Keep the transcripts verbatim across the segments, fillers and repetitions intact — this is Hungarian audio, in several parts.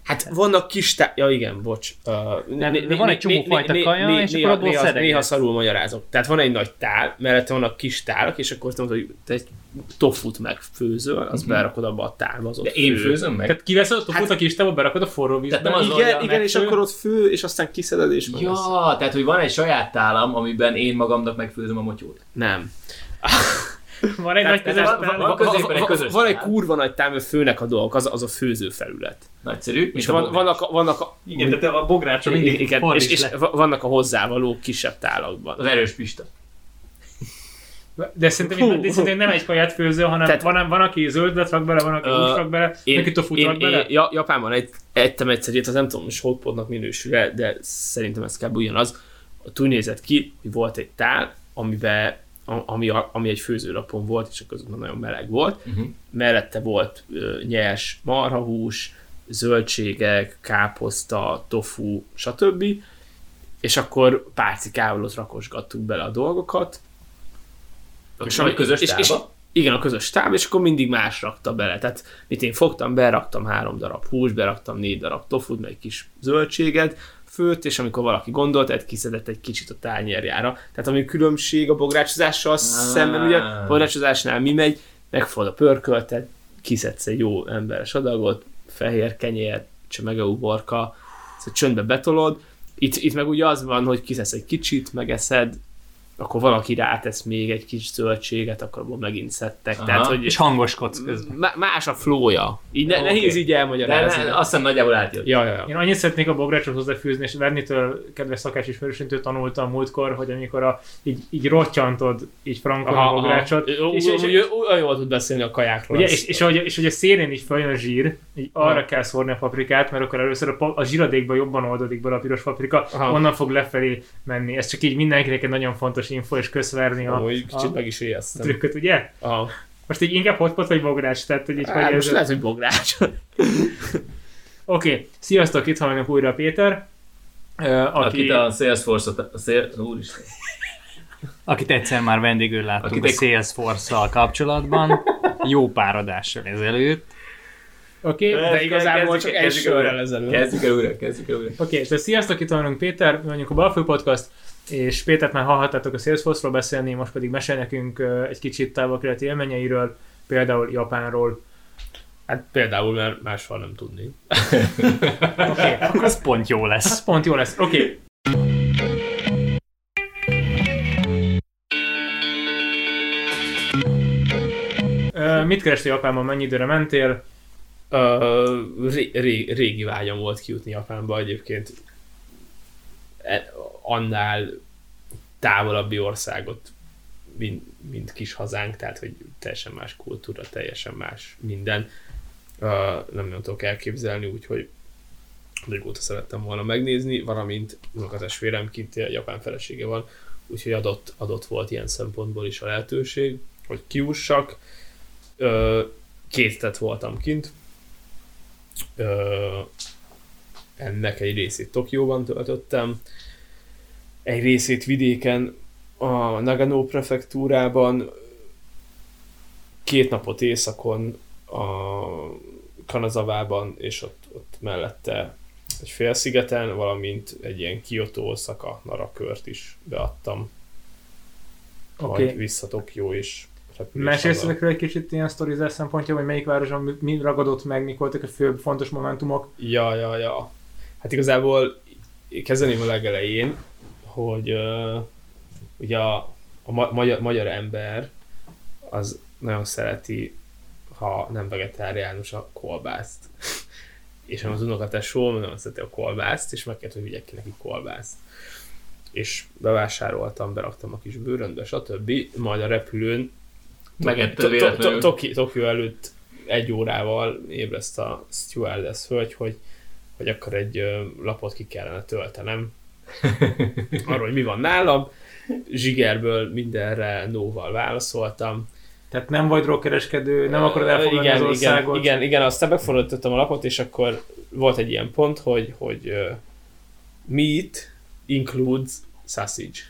Hát vannak kis tá... Ja igen, bocs. Uh, de, de van egy csomó fajta kaja, és akkor abból szedegetsz. Néha szarul magyarázok. Tehát van egy nagy tál, mellette vannak kis tálak, és akkor azt mondod, hogy te egy tofut megfőzöl, azt uh-huh. berakod abba a tálba, az ott de én fő. főzöm meg? Tehát kiveszed a tofut hát, a kis tálba, berakod a forró vízbe. Nem az igen, igen és akkor ott fő, és aztán kiszeded, és ja, van tehát, hogy van egy saját tálam, amiben én magamnak megfőzöm a motyót. Nem. Van egy nagy közös van, van, van, középen egy közös van egy kurva nagy tál, mert főnek a dolgok, az, az a főző felület. Nagyszerű. És van, vannak, a, vannak a... Igen, de a bográcson mindig igen, és, és vannak a hozzávaló kisebb tálakban. Az erős Pista. De szerintem, de szerintem nem egy kaját főző, hanem Tehát, van, van, aki zöldet rak bele, van, aki húst rak bele, van, aki tofut rak bele. Én Japánban egy, ettem egyszer ilyet, az nem tudom, hogy hotpotnak minősül, de szerintem ez kb. Ugyanaz. Ott úgy nézett ki, hogy volt egy tál, amiben Ami, ami egy főzőlapon volt, és akkor azokban nagyon meleg volt. Uh-huh. Mellette volt ö, nyers marhahús, zöldségek, káposzta, tofu, stb. És akkor pálcikával ott rakosgattuk bele a dolgokat. És a közös és, és, igen, a közös táb, és akkor mindig más rakta bele. Tehát mit én fogtam, beraktam három darab hús, beraktam négy darab tofut, meg egy kis zöldséget, főt, és amikor valaki gondolt, egy kiszedett egy kicsit a tányérjára. Tehát ami különbség a bográcsozással szemben, ugye a bográcsozásnál mi megy, megfogod a pörköltet, kiszedsz egy jó emberes adagot, fehér kenyér, csemegeuborka, szóval csöndbe betolod. Itt, itt meg ugye az van, hogy kiszedsz egy kicsit, megeszed, akkor valaki rátesz még egy kis zöldséget, akkor abból megint szedtek. Tehát, hogy és hangoskodsz közben. Más a flója. Így ne, okay. Nehéz így elmagyarázni. Azt hiszem nagyjából átjött. Ja, ja, ja. Én annyit szeretnék a bográcsot hozzáfűzni, és Vernitől, kedves szakácsismerősöntől tanultam múltkor, hogy amikor a, így, így rottyantod így frankon a bográcsot. És, és, és olyan jól tud beszélni a kajákról. Ugye, és, és, és, és hogy a szélén így följön a zsír, így arra kell szórni a paprikát, mert akkor először a, a zsíradékban jobban oldódik bele a piros paprika, aha. onnan fog lefelé menni. Ez csak így mindenkinek egy nagyon fontos info, és köszverni a, Amúgy kicsit meg is ijesztem. Trükköt, ugye? Aha. Most így inkább hotpot vagy bogrács? Tehát, hogy így Á, hogy most ez... lehet, hogy bogrács. Oké, okay. Sziasztok, itt hallgatunk újra Péter. Uh, aki... Akit a Salesforce-ot... A Sales... Úristen. Akit egyszer már vendégül láttunk Akit a Salesforce-szal kapcsolatban, jó pár adással ezelőtt. Oké, okay, de igazából csak egy sörrel ezelőtt. Kezdjük el újra, kezdjük el újra. Oké, okay, tehát sziasztok, itt hallgatunk Péter, mi vagyunk a Balfő Podcast, és Pétert már hallhattátok a Salesforce-ról beszélni, most pedig mesél nekünk egy kicsit távol-keleti élményeiről, például Japánról. Hát például, mert máshol nem tudni. Oké, okay, akkor az pont jó lesz. Az pont jó lesz, oké. Okay. Uh, mit kerestél Japánban, mennyi időre mentél? Uh, ré, ré, régi vágyam volt kijutni Japánba egyébként. Annál távolabbi országot, mint, mint kis hazánk, tehát hogy teljesen más kultúra, teljesen más minden. Uh, nem nagyon tudok elképzelni, úgyhogy régóta szerettem volna megnézni, valamint unokatestvérem kint japán felesége van, úgyhogy adott, adott volt ilyen szempontból is a lehetőség, hogy kiussak. Uh, két tett voltam kint. Uh, ennek egy részét Tokióban töltöttem, egy részét vidéken, a Nagano prefektúrában, két napot északon, a Kanazawában, és ott, ott mellette egy félszigeten, valamint egy ilyen Kyoto, Osaka, Nara kört is beadtam. Okay. Majd vissza Tokió is. Mesélsz ezekről egy kicsit ilyen sztorizás szempontja, vagy melyik városban mi ragadott meg, mik voltak a fő fontos momentumok? Ja, ja, ja. Hát igazából kezdeném a legelején, hogy uh, ugye a, a ma- magyar, magyar ember az nagyon szereti, ha nem vegetáriánus, a kolbászt. És az unokatesóm nagyon szereti a kolbászt, és megkért, hogy vigyek ki neki kolbászt. És bevásároltam, beraktam a kis bőröndbe, stb. Majd a repülőn Tokió előtt egy órával ébreszt a stewardess hölgy, hogy, hogy akkor egy lapot ki kellene töltenem. Arról, hogy mi van nálam. Zsigerből mindenre nóval válaszoltam. Tehát nem vagy drogkereskedő, nem akarod elfoglalni igen, az országot. Igen, igen, igen, aztán megfordítottam a lapot, és akkor volt egy ilyen pont, hogy, hogy uh, meat includes sausage.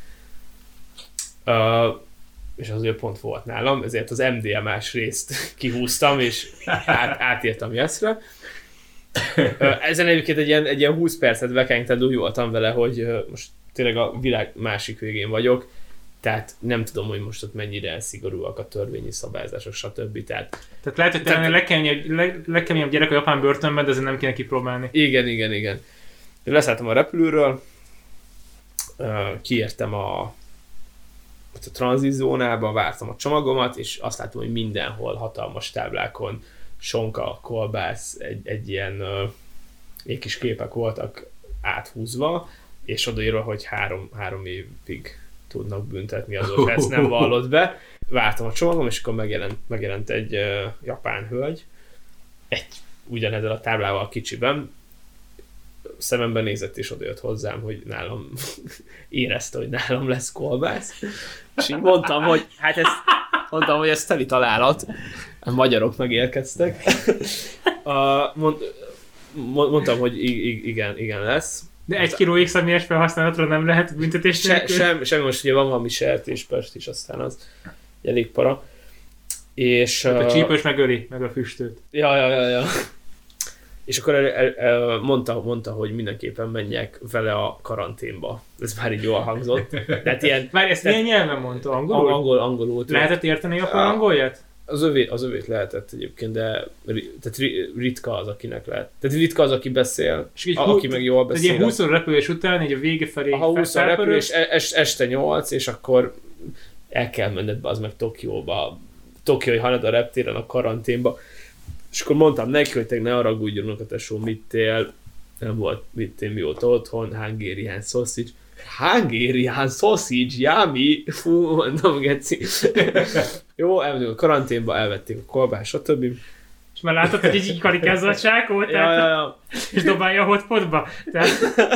Uh, és az ugye pont volt nálam, ezért az em dé em-ás részt kihúztam, és át, átírtam Yesre. Ezen egyébként egy ilyen, egy ilyen húsz percet bekengtem, úgy voltam vele, hogy most tényleg a világ másik végén vagyok, tehát nem tudom, hogy most ott mennyire szigorúak a törvényi szabályzások, stb. Tehát, tehát lehet, hogy talán a legkeményebb, leg, legkeményebb gyerek a japán börtönben, de ezen nem kéne kipróbálni. Igen, igen, igen. Leszálltam a repülőről, kiértem a, a tranzitzónába, vártam a csomagomat, és azt látom, hogy mindenhol hatalmas táblákon sonka, kolbász, egy, egy ilyen egy kis képek voltak áthúzva, és odaírva, hogy három, három évig tudnak büntetni azok, ha ezt nem vallott be. Vártam a csomagom, és akkor megjelent, megjelent egy uh, japán hölgy, egy ugyanezzel a táblával kicsiben, szememben nézett, és odajött hozzám, hogy nálam érezte, hogy nálam lesz kolbász. És így mondtam, hogy hát ezt, mondtam, hogy ez teli találat. A magyarok megérkeztek. Uh, mond, mondtam, hogy igen, igen lesz. De egy kiló személyes felhasználatra nem lehet büntetés nélkül? Se, sem, semmi, most ugye van valami sertéspest is, aztán az elég para. És, hát a uh, csípős megöli, meg a füstöt. Ja, ja, ja, ja. És akkor el, el, el, mondta, mondta, hogy mindenképpen menjek vele a karanténba. Ez már így jól hangzott. Tehát ilyen... Várj, ezt milyen nyelven mondta? Angolul? Angol, angolul. Lehetett érteni a japán angolját? Az övét, az övét lehetett egyébként, de tehát ritka az, akinek lehet. Tehát ritka az, aki beszél, és a, aki meg jól beszél. Egy ilyen húsz repülés után, így a vége felé ha húsz repülés, es, este nyolc, és akkor el kell menned be az meg Tokióba, Tokiói Haneda reptéren a karanténba. És akkor mondtam neki, hogy te ne haragudjon, a tesó, mit él, nem volt mit én mióta otthon, Hungarian sausage. Hungarian sausage, yummy! Fú, mondom, geci. Jó, elmegyünk a karanténba, elvették a kolbás, stb. És már látod, hogy így karikázza a csákót, ja, ja, ja. És dobálja a hotpotba. Tehát...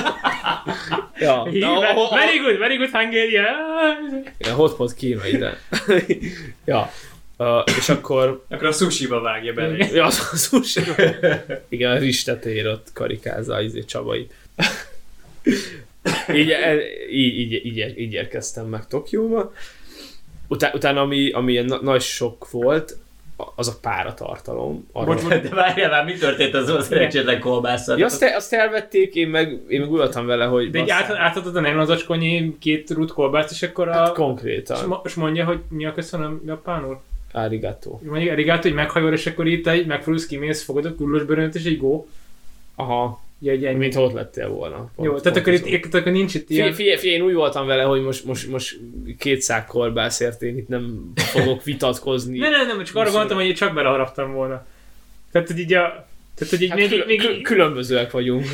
ja, very good, very good Hungarian. Ja, hotpot Kína ide. ja. Uh, és akkor... Akkor a sushiba vágja bele. Ja, a sushiba. Igen, a ristetér ott karikázza az Csabai. így, így, így, így, így érkeztem meg Tokióba. Utá, utána, ami, ami ilyen na- nagy sok volt, az a páratartalom. Arról... De várjál már, mi történt az a szerencsétlen kolbásszal? Ja, azt, azt elvették, én meg, én meg ugattam vele, hogy... De így át, átadod a nem az acskonyi két rút kolbászt, és akkor a... Hát konkrétan. És mondja, hogy mi a köszönöm japánul? Arigato. Mondjuk arigato, hogy meghajol, és akkor itt egy megfordulsz, kimész, fogod a kullós bőrönt, és egy go. Aha. Ja, egy mint ott lettél volna. Pont, Jó, tehát akkor, itt, akkor nincs itt ilyen... Figyelj, figyelj, én úgy voltam vele, hogy most, most, most két szák kolbászért én itt nem fogok vitatkozni. nem, nem, nem, csak arra gondoltam, hogy én csak beleharaptam volna. Tehát, hogy így a... Tehát, hogy így hát még, kül- még kül- különbözőek vagyunk.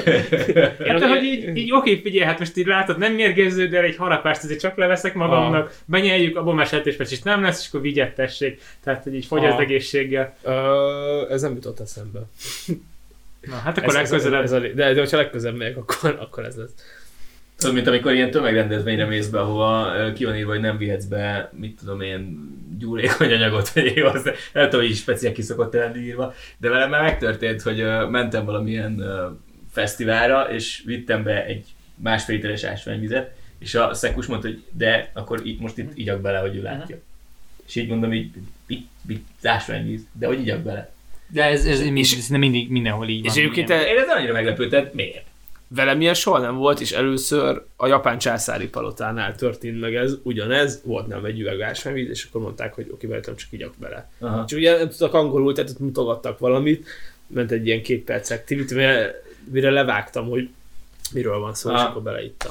hát, hogy így, így oké, figyelj, hát most így látod, nem mérgező, de egy harapást azért csak leveszek magamnak, ah. benyeljük, abból már sertéspest nem lesz, és akkor vigyettessék. Tehát, hogy így fogy az egészséggel. Uh, ez nem jutott eszembe. Na, hát akkor ez, legközelebb... Ez a, ez a, de, de hogyha legközelebb megyek, akkor, akkor ez lesz. Tudod, mint amikor ilyen tömegrendezvényre mész be, ahova ki van írva, hogy nem vihetsz be, mit tudom én, gyúlékony anyagot, vagy az, nem tudom, hogy így speciál ki szokott lenni írva, de velem már megtörtént, hogy uh, mentem valamilyen uh, fesztiválra, és vittem be egy másfél literes ásványvizet, és a szekus mondta, hogy de, akkor itt, most itt igyak bele, hogy ő látja. És így mondom, így, itt, itt ásványvíz, de hogy igyak bele. De ez, ez, ez, ez nem mindig mindenhol így és van. Egyébként te... Én ez annyira meglepődtem, miért? Velem ilyen soha nem volt, és először a japán császári palotánál történt meg ez, ugyanez, volt nem egy üveg ásványvíz, és akkor mondták, hogy oké, belőlem csak igyak bele. Aha. És ugye nem tudtak angolul, tehát ott mutogattak valamit, ment egy ilyen két perc activity, mire, mire levágtam, hogy miről van szó, Aha. és akkor beleittam.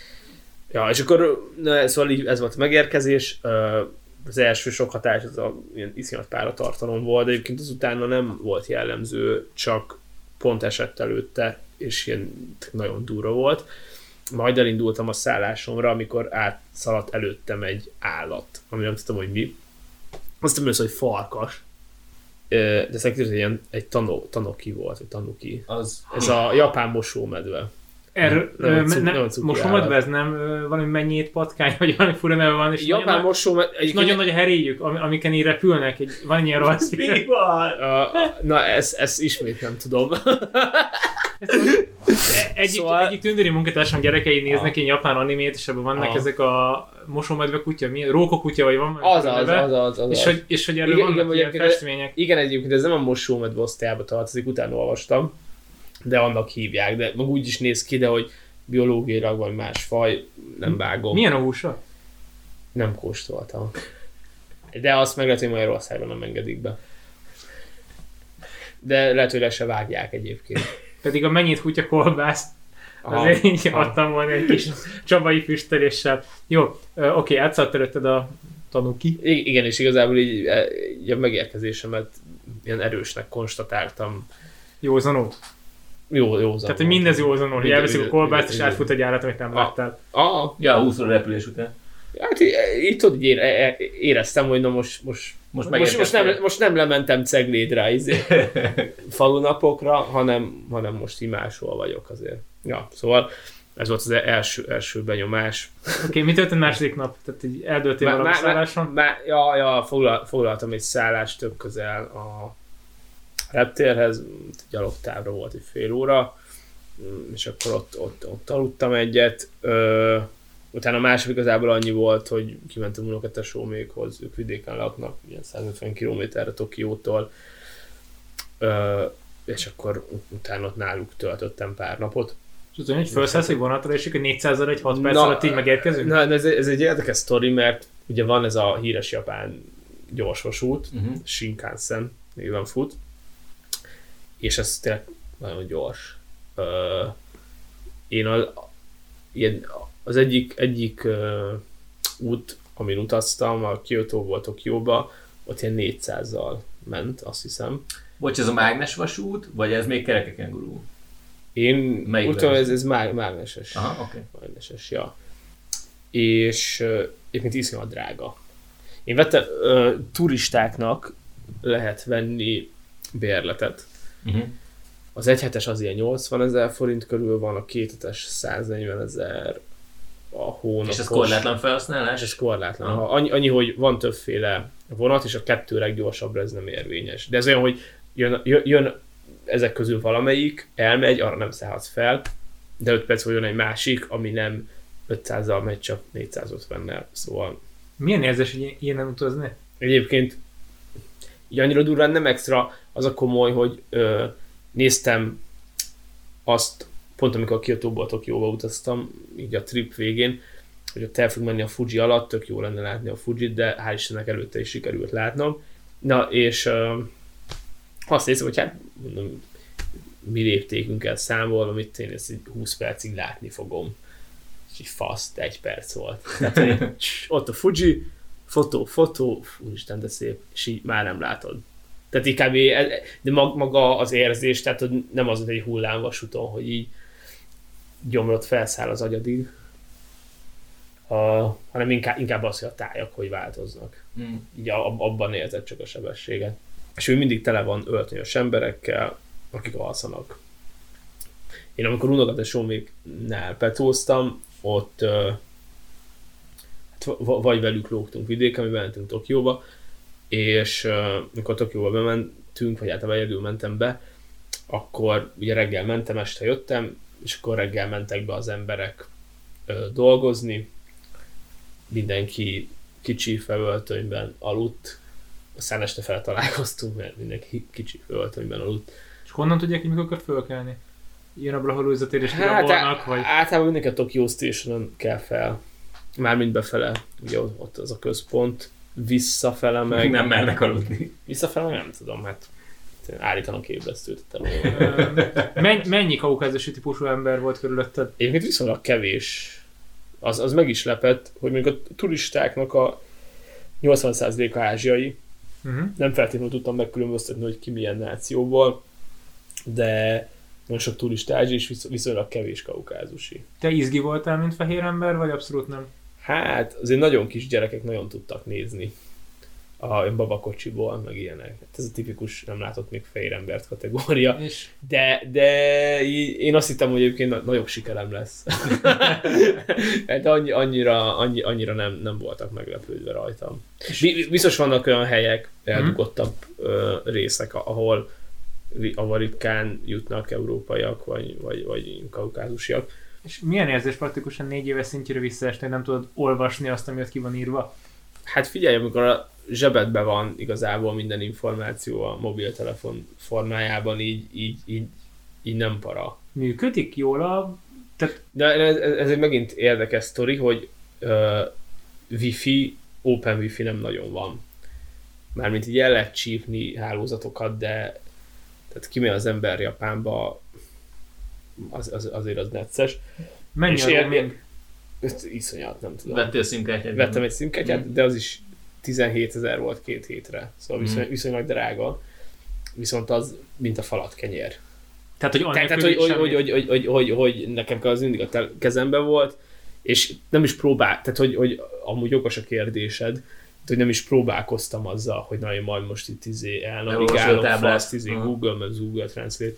Ja, és akkor na, szóval ez volt a megérkezés, az első sok hatás az a ilyen iszonyat páratartalom volt, de egyébként az utána nem volt jellemző, csak pont esett előtte, és ilyen nagyon durva volt. Majd elindultam a szállásomra, amikor átszaladt előttem egy állat, ami nem tudtam, hogy mi. Azt tudom, hogy farkas. De szerintem egy ilyen egy tano, tanoki volt, vagy tanuki. Az. Ez a japán mosómedve. Er, nem, nem, nem, mosómedve ez nem valami mennyét patkány, vagy valami fura neve van, és japán nagyon, mosómedve, és nagyon nagy a heréjük, amiken így repülnek, egy, van ilyen rajz. Na, ezt, ezt ismét nem tudom. Egyik, szóval... egyik tündöri munkatársam gyerekei néznek ilyen japán animét, és ebben vannak ah. ezek a mosómedve kutya, mi? Rókokutya, vagy van? Az az, az, az, az, és, hogy, és hogy erről igen, vannak igen, ilyen festmények. Igen, egyébként ez nem a mosómedve osztályába tartozik, utána olvastam, de annak hívják, de meg úgy is néz ki, de hogy biológiailag vagy más faj, nem vágom. Milyen a húsa? Nem kóstoltam. De azt meg lehet, hogy Magyarországon nem engedik be. De lehet, hogy le se vágják egyébként. Pedig a mennyit kutya kolbászt, azért így adtam volna egy kis csabai füsteléssel. Jó, oké, okay, átszállt előtted a tanuki. I- igen, és igazából így, így a megérkezésemet ilyen erősnek konstatáltam. Józanul? Jó, józanul. Tehát, hogy mindez józanul, hogy elveszik a kolbászt, és átfut egy állat, amit nem láttál. Ah, ja, húsz óra repülés után. Hát így, így tudod, így éreztem, hogy na most, most, most, most, most, nem, most nem lementem Ceglédre izé, falunapokra, hanem, hanem most így máshol vagyok azért. Ja, szóval ez volt az első, első benyomás. Oké, okay, mi történt második nap? Tehát így eldöltél valami szálláson? Má, ja, ja foglal, foglaltam egy szállást tök közel a reptérhez, gyalogtávra volt egy fél óra, és akkor ott, ott, ott aludtam egyet. Ö, Utána a második igazából annyi volt, hogy kimentem unokatesómékhoz, ők vidéken laknak, ilyen százötven kilométerre Tokiótól, Ö, és akkor utána ott náluk töltöttem pár napot. És utána, hogy felszállsz egy vonatra, és akkor négyszázzal egy hat perc alatt így megérkezünk? Na, ez, ez egy érdekes sztori, mert ugye van ez a híres japán gyorsvasút, uh-huh. Shinkansen néven fut, és ez tényleg nagyon gyors. Ö, én a, ilyen, az egyik, egyik uh, út, amin utaztam, a Kyotóból Tokióba, ott ilyen négyszázzal ment, azt hiszem. Bocs, ez a mágnesvasút, vagy ez még kerekeken gurul? Én utána ez, ez mág, mágneses. Aha, oké. Okay. Mágneses, ja. És uh, egyébként iszonyat drága. Én vettem, uh, turistáknak lehet venni bérletet. Uh-huh. Az egyhetes az ilyen nyolcvan ezer forint körül van, a kéthetes száznegyven ezer, a hónapos. És ez korlátlan felhasználás? Ez korlátlan. Ha annyi, annyi, hogy van többféle vonat, és a kettő leggyorsabbra ez nem érvényes. De ez olyan, hogy jön, jön, jön ezek közül valamelyik, elmegy, arra nem szállhatsz fel, de öt perc jön egy másik, ami nem ötszázzal megy, csak négyszázötvennel. Szóval... Milyen érzés, hogy ilyenen utazni? Egyébként így annyira durván nem extra, az a komoly, hogy ö, néztem azt, pont amikor a Kyotóból Tokióba utaztam, így a trip végén, hogy ott el fog menni a Fuji alatt, tök jó lenne látni a Fujit, de hál' Istennek előtte is sikerült látnom. Na, és uh, azt néztem, hogy hát mondom, mi léptékünkkel számolva, amit én ezt így húsz percig látni fogom. És így faszt, egy perc volt. Tehát, hogy ott a Fuji, fotó, fotó, úristen, de szép, és így már nem látod. Tehát így kb. De maga az érzés, tehát hogy nem az, hogy egy hullámvasúton, hogy így gyomrod felszáll az agyadig, uh, hanem inkább, inkább az, hogy a tájak hogy változnak. Mm. Így abban érzed csak a sebességet. És ő mindig tele van öltönyös emberekkel, akik alszanak. Én amikor unokatesóméknál petóztam, ott uh, hát vagy velük lógtunk vidéken, mi bementünk Tokióba, és uh, amikor Tokióba bementünk, vagy általában egyedül mentem be, akkor ugye reggel mentem, este jöttem, és akkor reggel mentek be az emberek ö, dolgozni, mindenki kicsi felöltönyben aludt, aztán este feltalálkoztunk, mert mindenki kicsi felöltönyben aludt. És honnan tudják, hogy mikor akar fölkelni? Ilyen a Blaha-Lujza-térés kirabolnak, vagy? Általában mindenki a Tokyo Stationen kell fel, mármint befele, ugye ott az a központ, visszafele meg... Nem mernek aludni. Visszafele nem tudom, hát állítanak ébresztőt. Mennyi, mennyi kaukázusi típusú ember volt körülötted? Egyébként viszonylag kevés. Az, az meg is lepett, hogy mondjuk a turistáknak a nyolcvan százaléka ázsiai. Uh-huh. Nem feltétlenül tudtam megkülönböztetni, hogy ki milyen nációból, de nagyon sok turista ázsiai és viszonylag kevés kaukázusi. Te izgi voltál, mint fehér ember, vagy abszolút nem? Hát azért nagyon kis gyerekek nagyon tudtak nézni a babakocsiból, meg ilyenek. Hát ez a tipikus nem látott még fehér embert kategória. És? De, de én azt hittem, hogy egyébként nagyobb sikerem lesz. De annyi, annyira, annyi, annyira nem, nem voltak meglepődve rajtam. Biztos vannak olyan helyek, eldugottabb hmm. részek, ahol a ritkán jutnak európaiak, vagy, vagy, vagy kaukázusiak. És milyen érzés praktikusan négy éves szintjére visszaesni, nem tudod olvasni azt, ami ott ki van írva? Hát figyelj, amikor a zsebedben van igazából minden információ a mobiltelefon formájában, így, így, így, így nem para. Működik jól a... Tehát... De ez, ez egy megint érdekes sztori, hogy uh, Wi-Fi, Open Wi-Fi nem nagyon van. Mármint így el lehet csípni hálózatokat, de tehát kimegy az ember Japánba, az, az, azért az necces. Mennyi a roaming? Iszonyat, nem tudom. Vettél szimkártyát? Vettem egy szimkártyát, mm. de az is tizenhétezer volt két hétre. Szóval viszony, mm. viszonylag drága. Viszont az, mint a falat kenyér. Tehát, hogy Tehát, hogy, hogy, hogy, hogy, hogy, hogy, hogy, hogy nekem az mindig a kezemben volt, és nem is próbál, tehát hogy, hogy amúgy okos a kérdésed, hogy nem is próbálkoztam azzal, hogy na, én majd most itt izé elnavigálok, faszt, izé uh-huh. Google, meg Google Translate.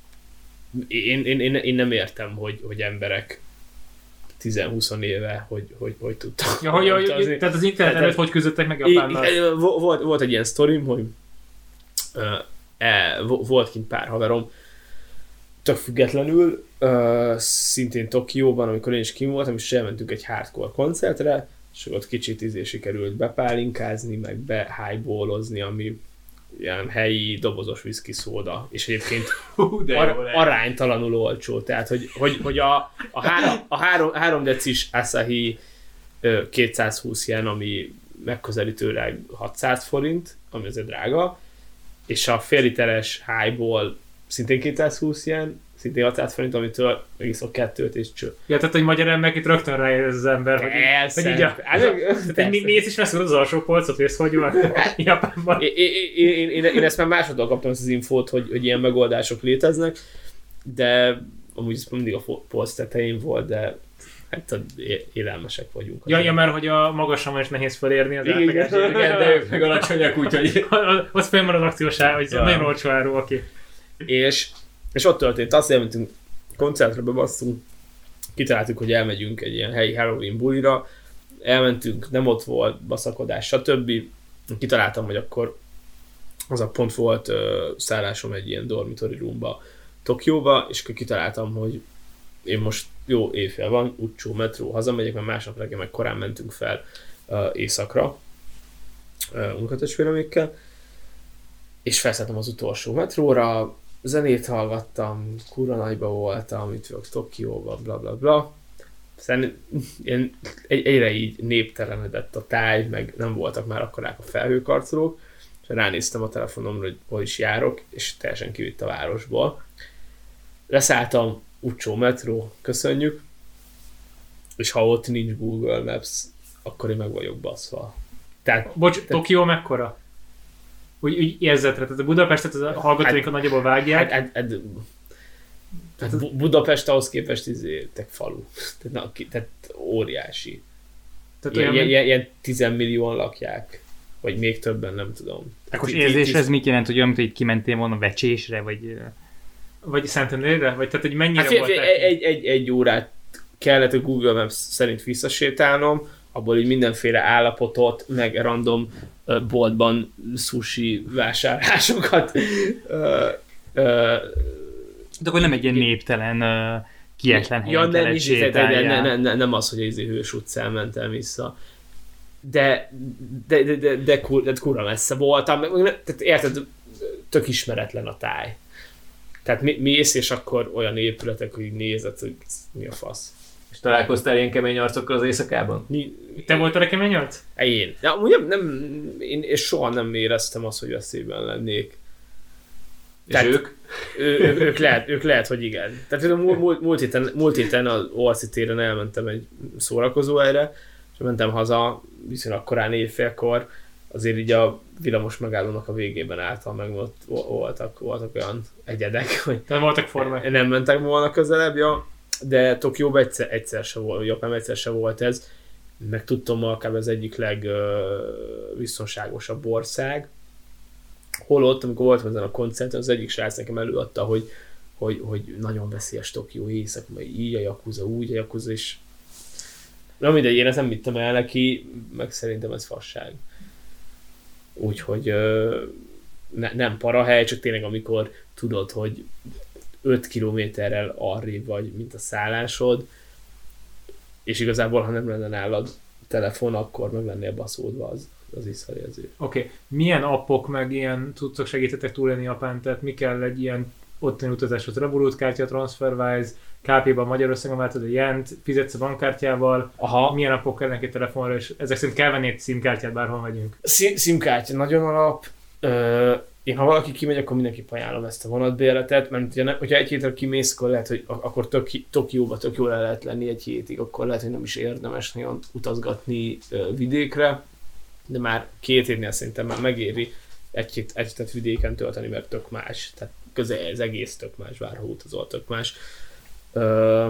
Én, én, én, én nem értem, hogy, hogy emberek tíz-húsz éve, hogy, hogy, hogy tudtam. Ja, hogy, hogy, hogy, tehát az internet előtt hogy küzdöttek meg Japánnal? Volt, volt egy ilyen sztorim, hogy uh, e, volt kint pár haverom, tök függetlenül, uh, szintén Tokióban, amikor én is kim voltam, és elmentünk egy hardcore koncertre, és ott kicsit izé sikerült bepálinkázni, meg behighballozni, ami ilyen helyi dobozos whisky szóda, és egyébként ar- aránytalanul olcsó, tehát hogy, hogy, hogy a, a, három, a három, három decis Asahi ö, kétszázhúsz yen, ami megközelítőleg hatszáz forint, ami azért drága, és a fél literes highball szintén kétszázhúsz yen, szintén hatszáz forint, amitől megiszok kettőt és cső. Ja, tehát, hogy magyar ember itt rögtön ráér ez az ember, hogy, persze, hogy így a... Tehát mi mész is megszorod az alsó polcot, hogy ez hogy van Japánban. Én, én, én, én, én ezt már másodtól kaptam ezt az infót, hogy, hogy ilyen megoldások léteznek, de amúgy ez mindig a polc tetején volt, de hát élelmesek vagyunk. Ja, ja, mert hogy a magasan is nehéz felérni az átlagást. Igen, de ők meg alacsonyak, úgyhogy... Az fennmarad az akciós ár, hogy ja. Nagyon olcsó áru, oké. És És ott történt, azt elmentünk koncertre, bebasszunk, kitaláltuk, hogy elmegyünk egy ilyen helyi Halloween bulira, elmentünk, nem ott volt baszakodás, stb. Kitaláltam, hogy akkor az a pont volt uh, szállásom egy ilyen dormitory roomba Tokióba, és akkor kitaláltam, hogy én most jó éjfél van, Ucsó metró, hazamegyek, mert másnap reggel meg korán mentünk fel uh, éjszakra uh, munkatestvéremékkel, és felszálltam az utolsó metróra, zenét hallgattam, kurva nagyba voltam, itt vagyok Tokióban, bla bla bla. Aztán egy, egyre így néptelenedett a táj, meg nem voltak már akkorák a felhőkarcolók, és ránéztem a telefonomra, hogy hol is járok, és teljesen kivitt a városból. Leszálltam, Ucsó metró, köszönjük, és ha ott nincs Google Maps, akkor én meg vagyok baszva. Tehát, Bocs, tehát, Tokió mekkora? Úgy, úgy érzetre, tehát a Budapestet az a hallgatóinkat hát, nagyjából vágják. Hát, hát, hát, hát Budapest ahhoz képest izé, tek falu. Tehát, tehát óriási. Tehát ilyen, olyan, ilyen, ilyen tizenmillióan lakják. Vagy még többen, nem tudom. Akkor érzés ez mit jelent, hogy olyan, hogy kimentél volna Vecsésre, vagy... Vagy Szentendrére? Vagy tehát, hogy mennyire hát, volt? Egy, egy, egy, egy órát kellett a Google Maps szerint visszasétálnom, abból így mindenféle állapotot, meg random uh, boltban sushi vásárlásokat. Uh, uh, De akkor nem egy ilyen néptelen, uh, kietlen helyen ja, kellett sétáljál. Ne, ne, ne, nem az, hogy az Hős utcán mentem vissza. De, de, de, de, de, kur, de kurva messze voltam. Tehát érted, tök ismeretlen a táj. Tehát mész, és akkor olyan épületek, hogy nézed, hogy mi a fasz. És találkoztál ilyen kemény arcokkal az éjszakában? Mi, Te voltál a kemény arc? Én. De amúgy nem, én, én soha nem éreztem azt, hogy veszélyben lennék. És Tehát, ők? Ő, ő, ők, lehet, ők lehet, hogy igen. Tehát múlt, múlt, héten, múlt héten az Orci téren elmentem egy szórakozóhelyre, és mentem haza viszonylag korán éjfélkor, azért így a villamos megállónak a végében álltam, meg ott voltak, voltak olyan egyedek, hogy nem voltak formák. Nem mentek volna közelebb, ja. De Tokióban egyszer, egyszer se volt, Japán egyszer se volt ez, meg tudtam, akár az egyik legbiztonságosabb ország. Holott, amikor voltam ezen a koncerten, az egyik srác nekem előadta, hogy, hogy, hogy nagyon veszélyes Tokió éjszak, mert így a Yakuza, úgy a Yakuza, és na mindegy, én ezt nem vittem el neki, meg szerintem ez fasság. Úgyhogy ne, nem parahely, csak tényleg amikor tudod, hogy öt kilométerrel arrébb vagy, mint a szállásod, és igazából, ha nem lenne nálad telefon, akkor meg lennél baszódva, az, az is szarérzés. Oké, okay. Milyen appok meg ilyen tudszok segítetek túlélni Japán, tehát mi kell egy ilyen ottani utazáshoz? Revolut kártya, TransferWise, ká pé-ban Magyarországon váltod a jent, fizetsz a bankkártyával, aha. Milyen appok kell neki telefonra, és ezek szerint kell venni egy SIM-kártyát, bárhol megyünk. SIM-kártya nagyon alap. Ö, én ha valaki kimegy, akkor mindenképp ajánlom ezt a vonatbérletet, mert ugye, hogyha egy hétre kimész, akkor lehet, hogy akkor Tokióba tök jól el lehet lenni egy hétig, akkor lehet, hogy nem is érdemes nagyon utazgatni ö, vidékre, de már két hétnél szerintem már megéri egy hétet vidéken tölteni, mert tök más. Tehát közel ez egész tök más, bárhol utazol, tök más. Ö,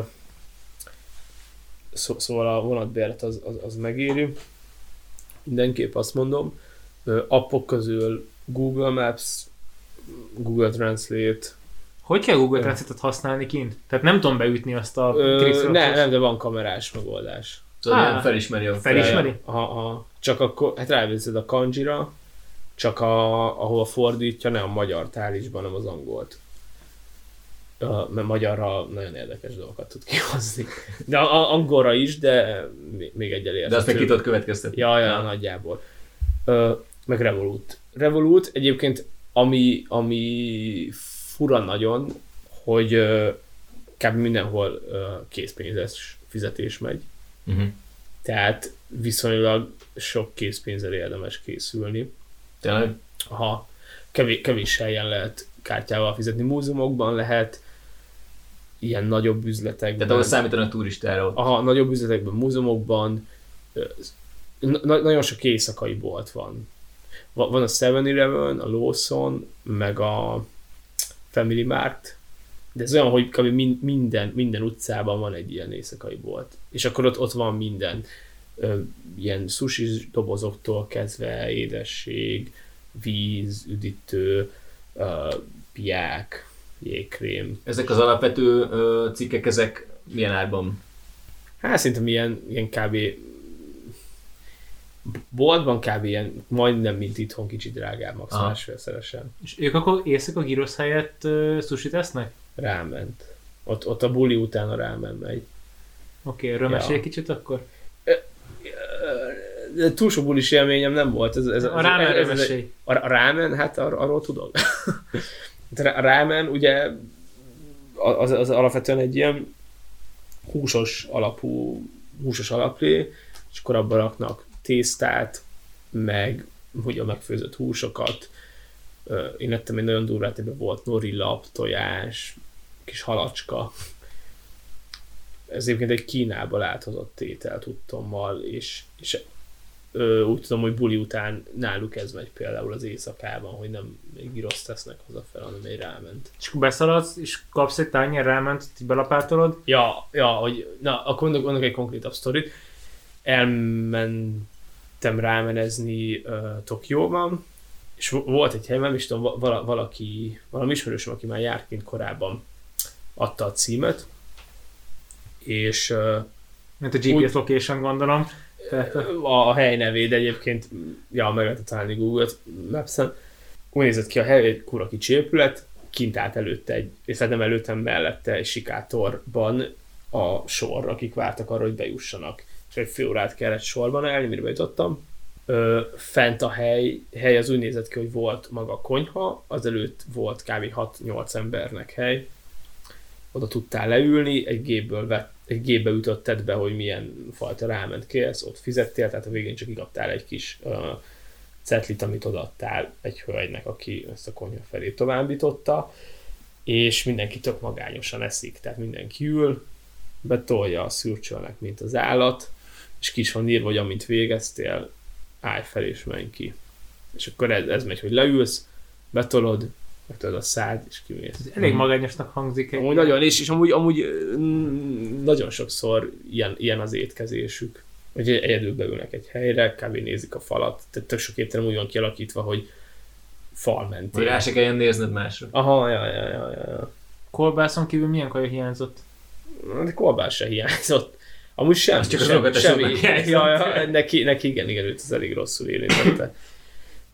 szó, szóval a vonatbérlet az, az, az megéri. Mindenképp azt mondom. Ö, appok közül Google Maps, Google Translate. Hogy kell Google Translate-ot használni kint? Tehát nem tudom beütni azt a Ö, ne, nem, de van kamerás megoldás. Szóval ah, felismeri a Felismeri? Aha, aha. Csak akkor, hát rávészed a kanjira, csak a, ahol fordítja, nem a magyar tálisban, hanem az angolt. Uh, mert magyarra nagyon érdekes dolgokat tud kihozni. De a, a, angolra is, de még egyel értető. De azt meg ki tudod következtetni. Ja, ja, ja, nagyjából. Uh, meg Revolut. Revolut egyébként, ami, ami fura nagyon, hogy uh, kb. Mindenhol uh, készpénzes fizetés megy. Uh-huh. Tehát viszonylag sok készpénzzel érdemes készülni. Tényleg? Aha, kevés, kevés helyen lehet kártyával fizetni. Múzeumokban lehet, ilyen nagyobb üzletekben. Tehát ahol számítanak turistára. Aha, nagyobb üzletekben, múzeumokban. Na, nagyon sok éjszakai bolt van. Van a seven eleven, a Lawson, meg a Family Mart. De ez olyan, hogy kb. minden, minden utcában van egy ilyen éjszakai bolt. És akkor ott, ott van minden. Ö, ilyen sushi dobozoktól kezdve édesség, víz, üdítő, ö, piák, jégkrém. Ezek az alapvető ö, cikkek, ezek milyen árban? Hát szerintem ilyen, ilyen kb. Boltban kb. Ilyen majdnem, mint itthon, kicsit drágább, max. másfélszeresen. És ők akkor éjszaka gyrosz helyett uh, sushi tesznek? Ráment. Ott, ott a buli után a rámen megy. Oké, okay, erről mesélj kicsit akkor? De túl sok bulis élményem nem volt. Ez, ez, a rámenről mesélj. A, a rámen, hát ar, arról tudok. A rámen ugye az, az alapvetően egy ilyen húsos alapú, húsos alaplé, és akkor abban raknak tésztát, meg ugye a megfőzött húsokat. Én ettem egy nagyon durvát, ebben volt norilap, tojás, kis halacska. Ez egyébként egy Kínából áthozott étel tudtommal, és, és ö, úgy tudom, hogy buli után náluk ez megy például az éjszakában, hogy nem egy giroszt tesznek hazafel, hanem egy ráment. És akkor beszaladsz, és kapsz egy tányer ráment, így belapátolod? Ja, ja, hogy na, akkor mondok, mondok egy konkrétabb sztorit. Elmentem rámenezni uh, Tokióban, és volt egy hely, nem is tudom, vala, valaki, valami ismerősöm, aki már járt kint korábban, adta a címet, és... Uh, Mint a gé pé es úgy, location, gondolom. Tehát a, a hely nevét egyébként, ja, meg lehetett találni Google Maps-en. Úgy nézett ki a hely, egy kura kicsi épület, kint állt előtte egy, és nem előttem, mellette egy sikátorban a sor, akik vártak arra, hogy bejussanak. És egy fél órát kellett sorban állni, mire bejutottam. Ö, fent a hely, hely az úgy nézett ki, hogy volt maga a konyha, azelőtt volt kb. hat-nyolc embernek hely. Oda tudtál leülni, egy gépből vett, egy gépbe ütötted be, hogy milyen fajta ráment kérsz, ott fizettél, tehát a végén csak igaptál egy kis uh, cetlit, amit odaadtál egy hölgynek, aki ezt a konyha felé továbbította, és mindenki tök magányosan eszik, tehát mindenki ül, betolja, szürcsölnek, mint az állat, és ki is van írva, hogy amint végeztél, állj fel és menj ki. És akkor ez, ez megy, hogy leülsz, betolod, megtudod a szád, és kimész. Ez elég magányosnak hangzik. Amúgy nagyon, és, és amúgy, amúgy mm, nagyon sokszor ilyen, ilyen az étkezésük. Hogy egyedül beülnek egy helyre, kb. Nézik a falat, tehát tök sok étterem úgy van kialakítva, hogy fal mentén. Hogy rá se kelljen nézned másra. Aha, ja, ja, ja, ja. Kolbászon kívül milyen kaja hiányzott? De kolbász se hiányzott. Amúgy sem, csak sem, az semmi. Ja, ja, neki, neki igen, igen, őt ez elég rosszul érintette.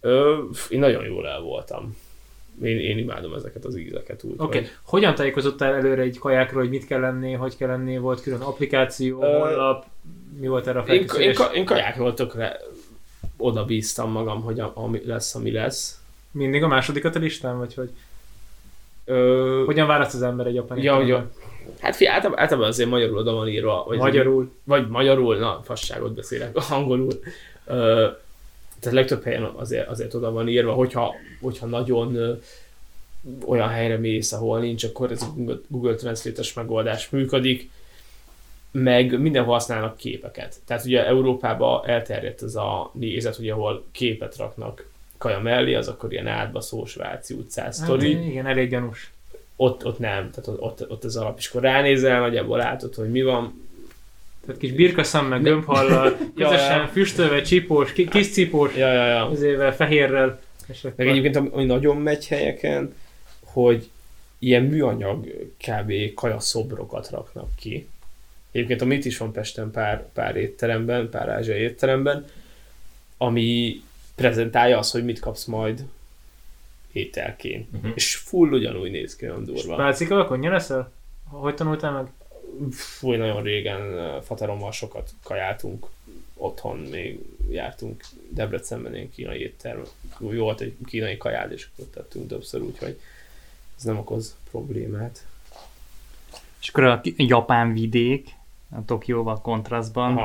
Ö, én nagyon jól el voltam. Én, én imádom ezeket az ízeket úgy. Oké, okay. Hogyan tájékozottál előre egy kajákról, hogy mit kell lenni, hogy kell lenni, volt külön applikáció, uh, honlap, mi volt erre a felkészülés? Én, én, én kajákról tökre oda bíztam magam, hogy a, ami lesz, ami lesz. Mindig a másodikat a listán, vagy hogy? Ö... Hogyan választ az ember egy japán? Ja, ja. Hát figyelj, általában, általában azért magyarul oda van írva. Vagy magyarul? Vagy magyarul, na, fasságot beszélek, angolul. Ö, tehát legtöbb helyen azért, azért oda van írva, hogyha, hogyha nagyon ö, olyan helyre mész, ahol nincs, akkor ez a Google, Google Translate-es megoldás működik, meg mindenhol használnak képeket. Tehát ugye Európában elterjedt ez a nézet, hogy ahol képet raknak kaja mellé, az akkor ilyen átbaszós Váci utcás sztori. Hát, igen, elég gyanús. Ott, ott nem, tehát ott, ott az alap, és akkor ránézel, nagyjából látod, hogy mi van. Tehát kis birkaszem, meg gömbhallal, közösen ja, ja. füstölve, csípós, kis cipós, ja, ja, ja. Ezével, fehérrel. Meg egyébként, ami nagyon megy helyeken, hogy ilyen műanyag kb. Kajaszobrokat raknak ki. Egyébként amit is van Pesten pár, pár étteremben, pár ázsiai étteremben, ami prezentálja azt, hogy mit kapsz majd ételként. Uh-huh. És full ugyanúgy néz ki, nagyon durva. Pálcika, akkor nyilván leszel? Hogy tanultál meg? Fúj, nagyon régen faterommal sokat kajáltunk, otthon még jártunk Debrecenben ilyen kínai étterem. Jó volt egy kínai kajád, és ott tettünk többször, úgyhogy ez nem okoz problémát. És akkor a japán vidék, a Tokióval kontrasztban,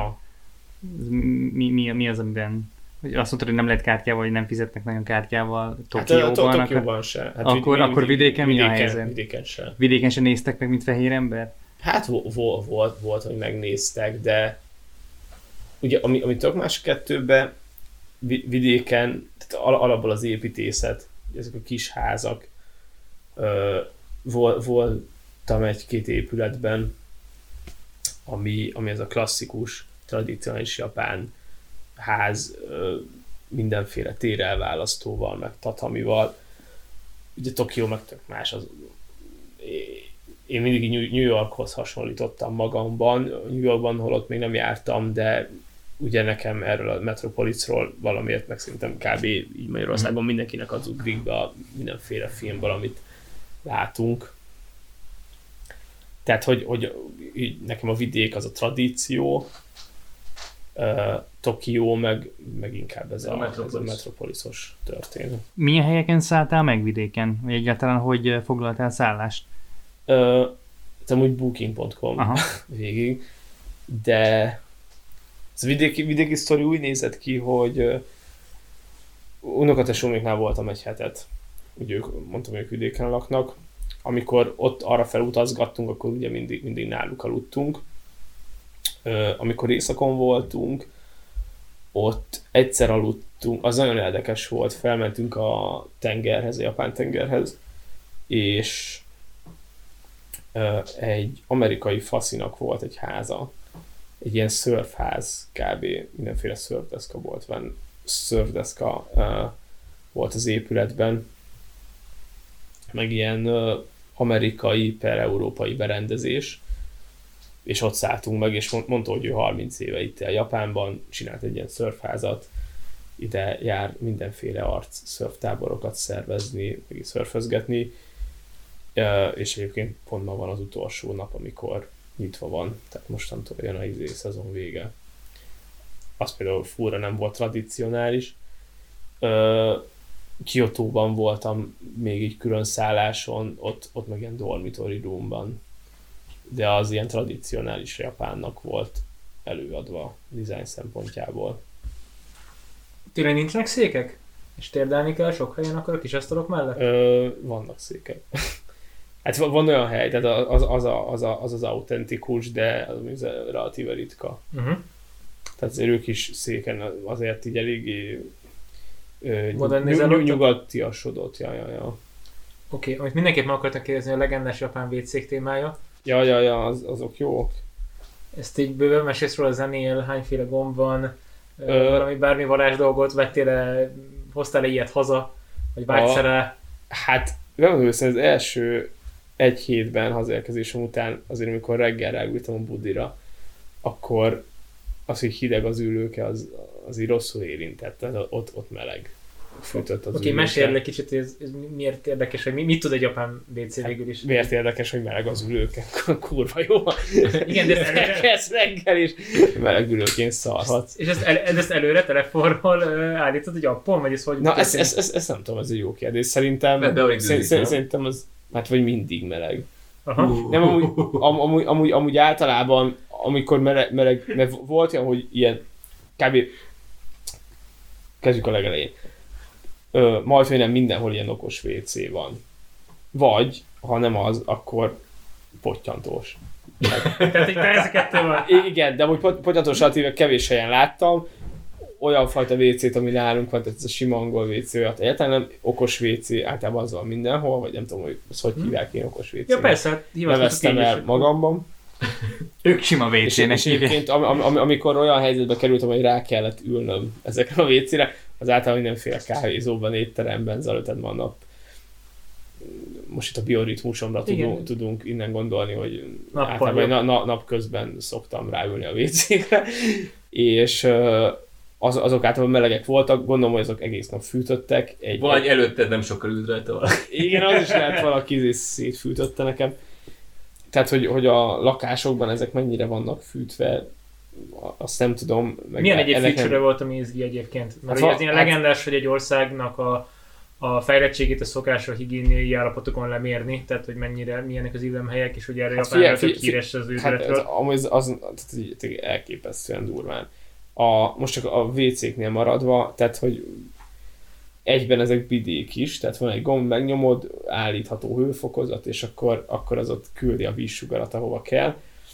mi, mi, mi az, amiben hogy azt mondtad, hogy nem lehet kártyával, hogy nem fizetnek nagyon kártyával Tokióban. Hát a Tokióban se. Hát akkor, vid- akkor vidéken mi a helyzet? Vidéken se. Vidéken se néztek meg, mint fehér ember? Hát vo- vo- volt, volt, hogy megnéztek, de ugye ami, ami tök más kettőben, vidéken, tehát al- alapból az építészet, ezek a kis házak, ö, vol- voltam egy-két épületben, ami, ami ez a klasszikus, tradicionális japán ház, mindenféle térelválasztóval, meg tatamival. Ugye Tokió meg tök más. Az, én mindig New Yorkhoz hasonlítottam magamban. New Yorkban, holott még nem jártam, de ugye nekem erről a Metropolisról valamiért meg szerintem kb. Így Magyarországon mindenkinek az ugrik be a mindenféle filmből, amit látunk. Tehát, hogy, hogy nekem a vidék az a tradíció, Uh, Tokió meg, meg inkább ez a, a, Metropolis. ez a metropoliszos történet. Milyen helyeken szálltál meg vidéken? Vagy egyáltalán hogy foglaltál szállást? Uh, úgy booking pont com végig, de ez a vidéki, vidéki sztori úgy nézett ki, hogy uh, unokatesóméknál voltam egy hetet. Ugye ők, mondtam, hogy ők vidéken laknak. Amikor ott arra felutazgattunk, akkor ugye mindig, mindig náluk aludtunk. Uh, amikor éjszakon voltunk, ott egyszer aludtunk, az nagyon érdekes volt, felmentünk a tengerhez, a japán tengerhez, és uh, egy amerikai faszinak volt egy háza, egy ilyen szörfház kb. Mindenféle szörfdeszka volt benne, szörfdeszka uh, volt az épületben, meg ilyen uh, amerikai per európai berendezés, és ott szálltunk meg, és mondta, hogy ő harminc éve itt él Japánban, csinált egy ilyen szörfházat, ide jár mindenféle arc szörftáborokat szervezni, meg szörfözgetni, és egyébként pont ma van az utolsó nap, amikor nyitva van, tehát mostantól jön a izé szezon vége. Az például fúra nem volt tradicionális. Kiotóban voltam még így külön szálláson, ott, ott meg ilyen dormitory roomban, de az ilyen tradicionális japánnak volt előadva design szempontjából. Tényleg nincsenek székek? És térdálni kell sok helyen akkor a kis asztalok mellett? Ö, vannak székek. Hát van olyan hely, tehát az az, az, az, az autentikus, de az relatíve ritka. Uh-huh. Tehát azért ők is széken azért így eléggé nyug, nyugatiasodott. Ja, ja, ja. Oké, okay, amit mindenképp meg akartam kérdezni, a legendás japán vécék témája. Ja, ja, ja, az, azok jók. Ezt így bőven mesélsz róla, zenél, hányféle gomb van, Ö... valami bármi varázs dolgot vettél, hoztál ilyet haza, vagy vágysz rá? Hát, nem az első egy hétben hazaérkezésem után, azért amikor reggel ráültem a budira, akkor az, hogy hideg az ülőke, az, az így rosszul érintett, tehát ott, ott meleg. fűtött az Oké, okay, mesélj egy kicsit, hogy ez, ez miért érdekes, hogy mi, mit tud egy japán vé cé végül is? Miért érdekes, hogy meleg az ülőken? Kurva jó. Igen, de ezt előre... Ez reggel is meleg ülőként szarhatsz. És ezt, el, ezt előre telefonról állítod egy appon, vagy ez hogy? Na, ezt ez, ez, ez nem tudom, ez egy jó kérdés. Szerintem, szerint, szerintem az, hát vagy mindig meleg. Aha. Nem, amúgy, am, amúgy, amúgy, amúgy általában, amikor meleg, meleg, mert volt olyan, hogy ilyen kb. Kezdjük a legelején. Ö, majd, hogy nem mindenhol ilyen okos vé cé van. Vagy, ha nem az, akkor pottyantós. Tehát itt ez kettő van. Igen, de amúgy pottyantós relatíve kevés helyen láttam. Olyan fajta vé cét, ami nálunk van, tehát ez a sima angol vé cé, olyat egyáltalán nem okos vé cé, általában az van mindenhol, vagy nem tudom, hogy azt hogy hívják én okos vé cé. Ja persze, hát neveztem el magamban. Ők sima vé cének. És egyébként am, am, amikor olyan helyzetbe kerültem, hogy rá kellett ülnöm ezekre a vé cére, az általában mindenféle kávézóban, étteremben zajlottan van nap. Most itt a bioritmusomra tudunk, tudunk innen gondolni, hogy Nappal általában na, na, napközben szoktam ráülni a vé cére, és az, azok általában melegek voltak, gondolom, hogy azok egész nap fűtöttek. Egy, Vagy előtted nem sokkal ült rajta valaki. Igen, az is lehet, valaki szétfűtötte nekem. Tehát, hogy, hogy a lakásokban ezek mennyire vannak fűtve, azt nem tudom. Meg milyen egyéb feature nem... volt, ami izgi egyébként? Mert hát, ez ilyen hát... legendás, hogy egy országnak a, a fejlettségét a szokásra higiéniai állapotokon lemérni, tehát hogy mennyire, milyenek az illemhelyek, és ugye erre hát Japánra tök híres az üzletről. Hát az, az, az elképesztően durván. A, most csak a vé céknél maradva, tehát hogy egyben ezek bidék is, tehát van egy gomb, megnyomod, állítható hőfokozat, és akkor, akkor az ott küldi a vízsugarat, ahova kell.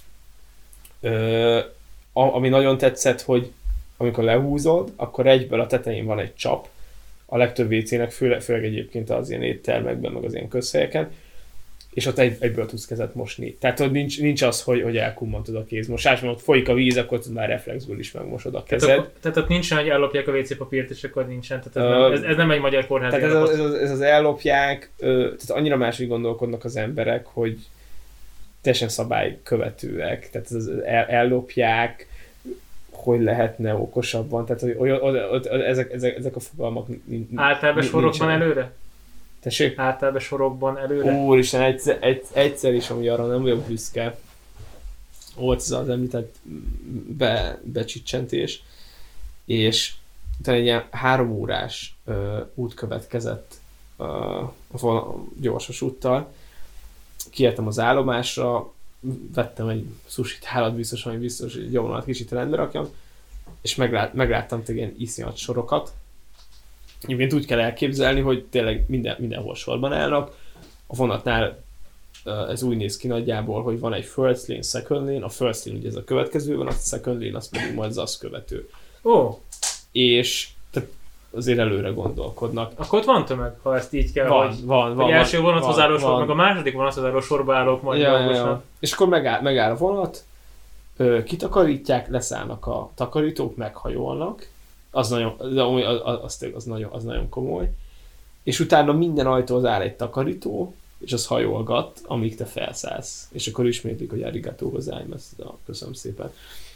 Ö, ami nagyon tetszett, hogy amikor lehúzod, akkor egyből a tetején van egy csap, a legtöbb vé cének, főleg, főleg egyébként az ilyen éttermekben, meg az ilyen közhelyeken, és ott egy, egyből tudsz kezet mosni. Tehát ott nincs, nincs az, hogy, hogy elkummantod a kézmosás, mert ott folyik a víz, akkor már reflexből is megmosod a kezed. Tehát, tehát ott nincsen, hogy ellopják a vé cé papírt, és akkor nincsen. Tehát ez, uh, nem, ez, ez nem egy magyar kórház. Tehát ez, ez, az, ez az ellopják, tehát annyira máshogy gondolkodnak az emberek, hogy teljesen szabálykövetőek. Tehát ez el, ellopják, hogy lehetne okosabban. Tehát hogy, hogy, hogy, hogy ezek, ezek, ezek a fogalmak általában sorokban előre? Tessék? Általában sorokban előre? Úristen, egyszer, egy, egyszer is, ami arra nem vagyok büszke. Volt ez az említett be, becsicsentés, és utána egy ilyen három órás uh, út következett uh, gyorsos úttal. Kiértem az állomásra, vettem egy sushi tálat, biztos, ami biztos, hogy egy vonalat kicsit rendbe rakjam, és meglát, megláttam tényleg ilyen iszonyat sorokat. Egyébként úgy kell elképzelni, hogy tényleg minden, mindenhol sorban állnak. A vonatnál ez úgy néz ki nagyjából, hogy van egy first lane, second lane, a first lane ugye ez a következő van, a second lane az pedig majd az azt követő. Ó! Oh. És tehát azért előre gondolkodnak. Akkor ott van tömeg, ha ezt így kell, van, hogy, van, van, hogy van, első vonathoz álló sor, meg a második vonathoz álló sorba állok majd. Ja, ja, ja. És akkor megáll, megáll a vonat, kitakarítják, leszállnak a takarítók, meghajolnak, az nagyon, az, az, az, nagyon, az nagyon komoly, és utána minden ajtóhoz áll egy takarító, és az hajolgat, amíg te felszállsz. És akkor ismétlik, hogy arigato gozaimasu, köszönöm szépen.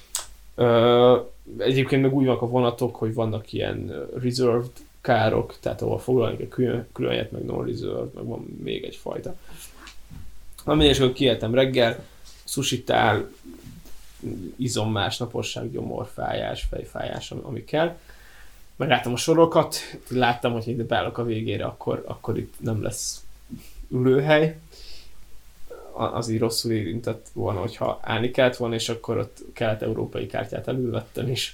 Ö, egyébként meg úgy vannak a vonatok, hogy vannak ilyen reserved károk, tehát ahol foglalni kell külön, különjét, meg non-reserved, meg van még egy fajta. Amíg és akkor kieltem reggel, sushitál, izom, másnaposság, gyomorfájás, fejfájás, ami kell. Megláttam a sorokat, láttam, hogy ide beállok a végére, akkor, akkor itt nem lesz ülőhely. Az így rosszul érintett volna, hogyha állni kellett volna, és akkor ott kelet-európai kártyát elülvettem is.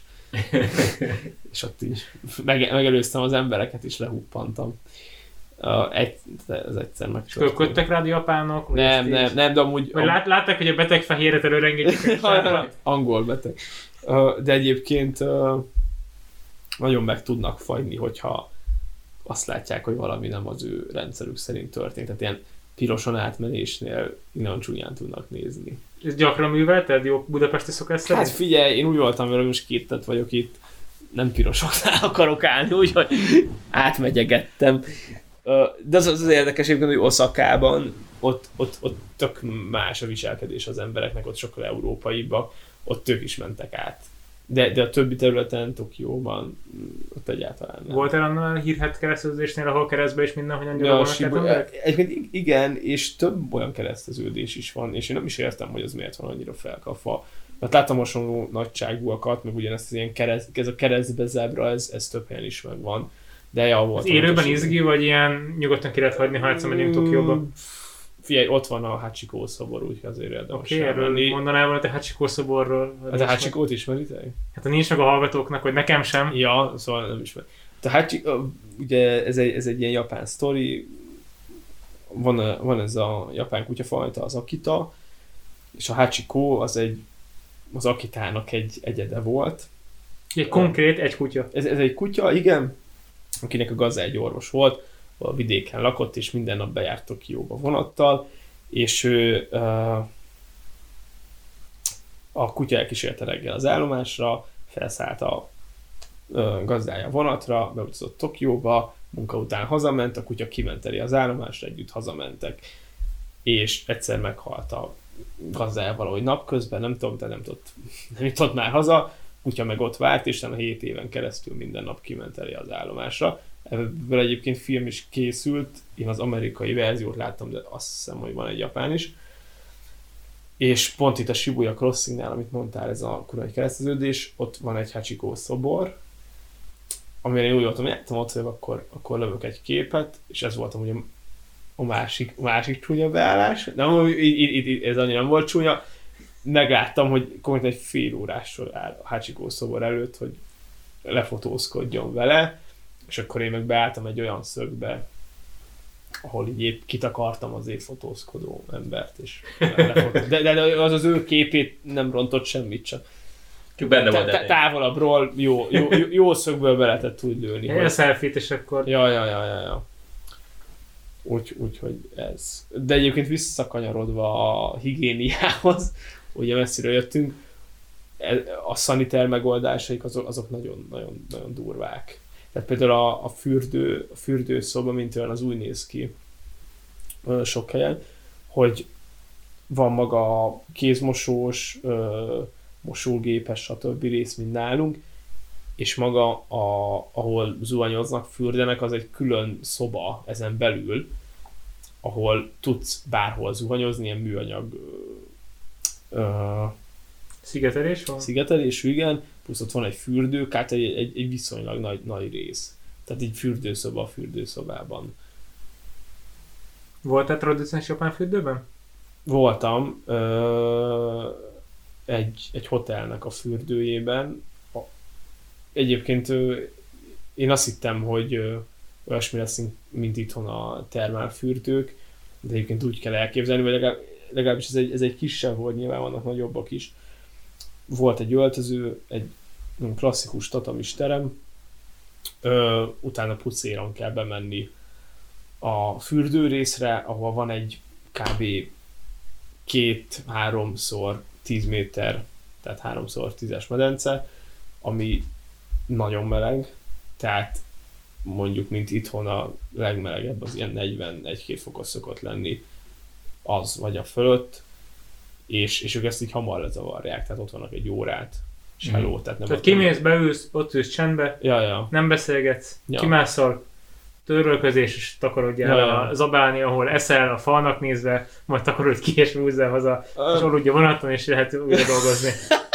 És ott így meg, megelőztem az embereket, és lehuppantam. Uh, egy, ez egyszer megcsodáltam. És köttek rád japánok? Nem, nem, nem, de amúgy... Vagy lát, látták, hogy a beteg fehéret előre engedjük? Angol beteg. Uh, de egyébként uh, nagyon meg tudnak fagyni, hogyha azt látják, hogy valami nem az ő rendszerük szerint történt. Tehát ilyen piroson átmenésnél nagyon csúnyán tudnak nézni. És gyakran művelted? Jó budapesti szokás szerint? Hát figyelj, én úgy voltam vele, hogy most kétet vagyok itt, nem pirosoknál akarok állni, úgyhogy átmegyegettem. De az az érdekes egyébként, hogy Oszakában ott, ott, ott tök más a viselkedés az embereknek, ott sokkal európaibbak, ott ők is mentek át De, de a többi területen, Tokióban ott egyáltalán nem. Volt-e annál a hírhet kereszteződésnél, ahol keresztbe is mindenhogyan gyalogolnak ja, emberek? Egyébként igen, és több olyan kereszteződés is van, és én nem is értem, hogy az miért van annyira felkapva. Mert láttam hasonló nagyságúakat, meg ugyanezt az ilyen kereszt, ez a keresztbe zebra, ez, ez több helyen is megvan. De ja, volt. Az élőben izgi, vagy ilyen nyugodtan ki lehet hagyni, ha egyszer megyünk Tokióba? Figyelj, ott van a Hachiko szobor, úgyhogy azért érdemes. Oké, okay, erről mondanál valamit a Hachiko szoborról? Hát a Hachikót ismeritek? Hát ha nincs meg a hallgatóknak, vagy nekem sem. Ja, szóval nem ismer. A Hachiko, ugye ez egy, ez egy ilyen japán sztori, van, a, van ez a japán kutyafajta, az Akita, és a Hachiko az egy, az Akitának egy egyede volt. Egy konkrét, egy kutya. Ez, ez egy kutya, igen, akinek a gazda egy orvos volt, a vidéken lakott, és minden nap bejárt Tokióba vonattal, és ő uh, a kutya elkísérte reggel az állomásra, felszállt a uh, gazdája vonatra, beutazott Tokióba, munka után hazament, a kutya kimenteli az állomásra, együtt hazamentek, és egyszer meghalt a gazdája valahogy napközben, nem tudom, de nem tudott, nem jutott már haza, a kutya meg ott várt, és a hét éven keresztül minden nap kimenteli az állomásra. Ebből egyébként film is készült, én az amerikai verziót láttam, de azt hiszem, hogy van egy japán is. És pont itt a Shibuya Crossingnál, amit mondtál, ez a korai kereszteződés, ott van egy Hachiko szobor, amire én úgy voltam, hogy jártam ott, hogy akkor, akkor lövök egy képet, és ez voltam ugye a másik, másik csúnya beállás. Nem, így, így, ez annyira nem volt csúnya. Megláttam, hogy konkrétan egy fél órásról áll a Hachiko szobor előtt, hogy lefotózkodjon vele, és akkor én meg beálltam egy olyan szögbe, ahol így épp kitakartam az épp fotózkodó embert, és lefotó... de, de az az ő képét nem rontott semmit, csak benne volt t- távolabbról jó, jó, jó, jó szögből be lehetett úgy lőni. Egy selfie-t, és akkor... Ja, ja, ja, ja, ja. Úgy, úgy, hogy ez. De egyébként visszakanyarodva a higiéniához, ugye messziről jöttünk, a szaniter megoldásaik azok, azok nagyon, nagyon, nagyon durvák. Tehát például a, a, fürdő, a fürdőszoba, mint olyan, az úgy néz ki sok helyen, hogy van maga a kézmosós, mosógépes, stb. Rész, mint nálunk, és maga, a, ahol zuhanyoznak, fürdenek, az egy külön szoba ezen belül, ahol tudsz bárhol zuhanyozni, ilyen műanyag uh, szigetelés van? Szigetelésű, igen, plusz ott van egy fürdőkát, egy, egy, egy viszonylag nagy, nagy rész. Tehát egy fürdőszoba a fürdőszobában. Voltál tradicionális japán fürdőben? Voltam ö, egy, egy hotelnek a fürdőjében. A, egyébként ö, én azt hittem, hogy ö, olyasmi lesz, mint itthon a termálfürdők, de egyébként úgy kell elképzelni, vagy legalább, legalábbis ez egy, ez egy kisebb volt, nyilván vannak nagyobbak is. Volt egy öltöző, egy klasszikus tatamis terem, ö, utána pucéron kell bemenni a fürdő részre, ahol van egy kb. két-háromszor tíz méter, tehát háromszor tízes medence, ami nagyon meleg, tehát mondjuk, mint itthon a legmelegebb, az ilyen negyvenegy-két fokos szokott lenni, az vagy a fölött, és, és ők ezt így hamar lezavarják, tehát ott vannak egy órát, és hello, mm. tehát nem... Tehát kimész, beülsz, ott ülsz csendbe, ja, ja. nem beszélgetsz, ja. Kimászol, törölközés, és takarodjál ja, ja. a zabálni, ahol eszel, a falnak nézve, majd takarodj ki, és húzzál haza, uh. és aludja vonaton, és lehet újra dolgozni.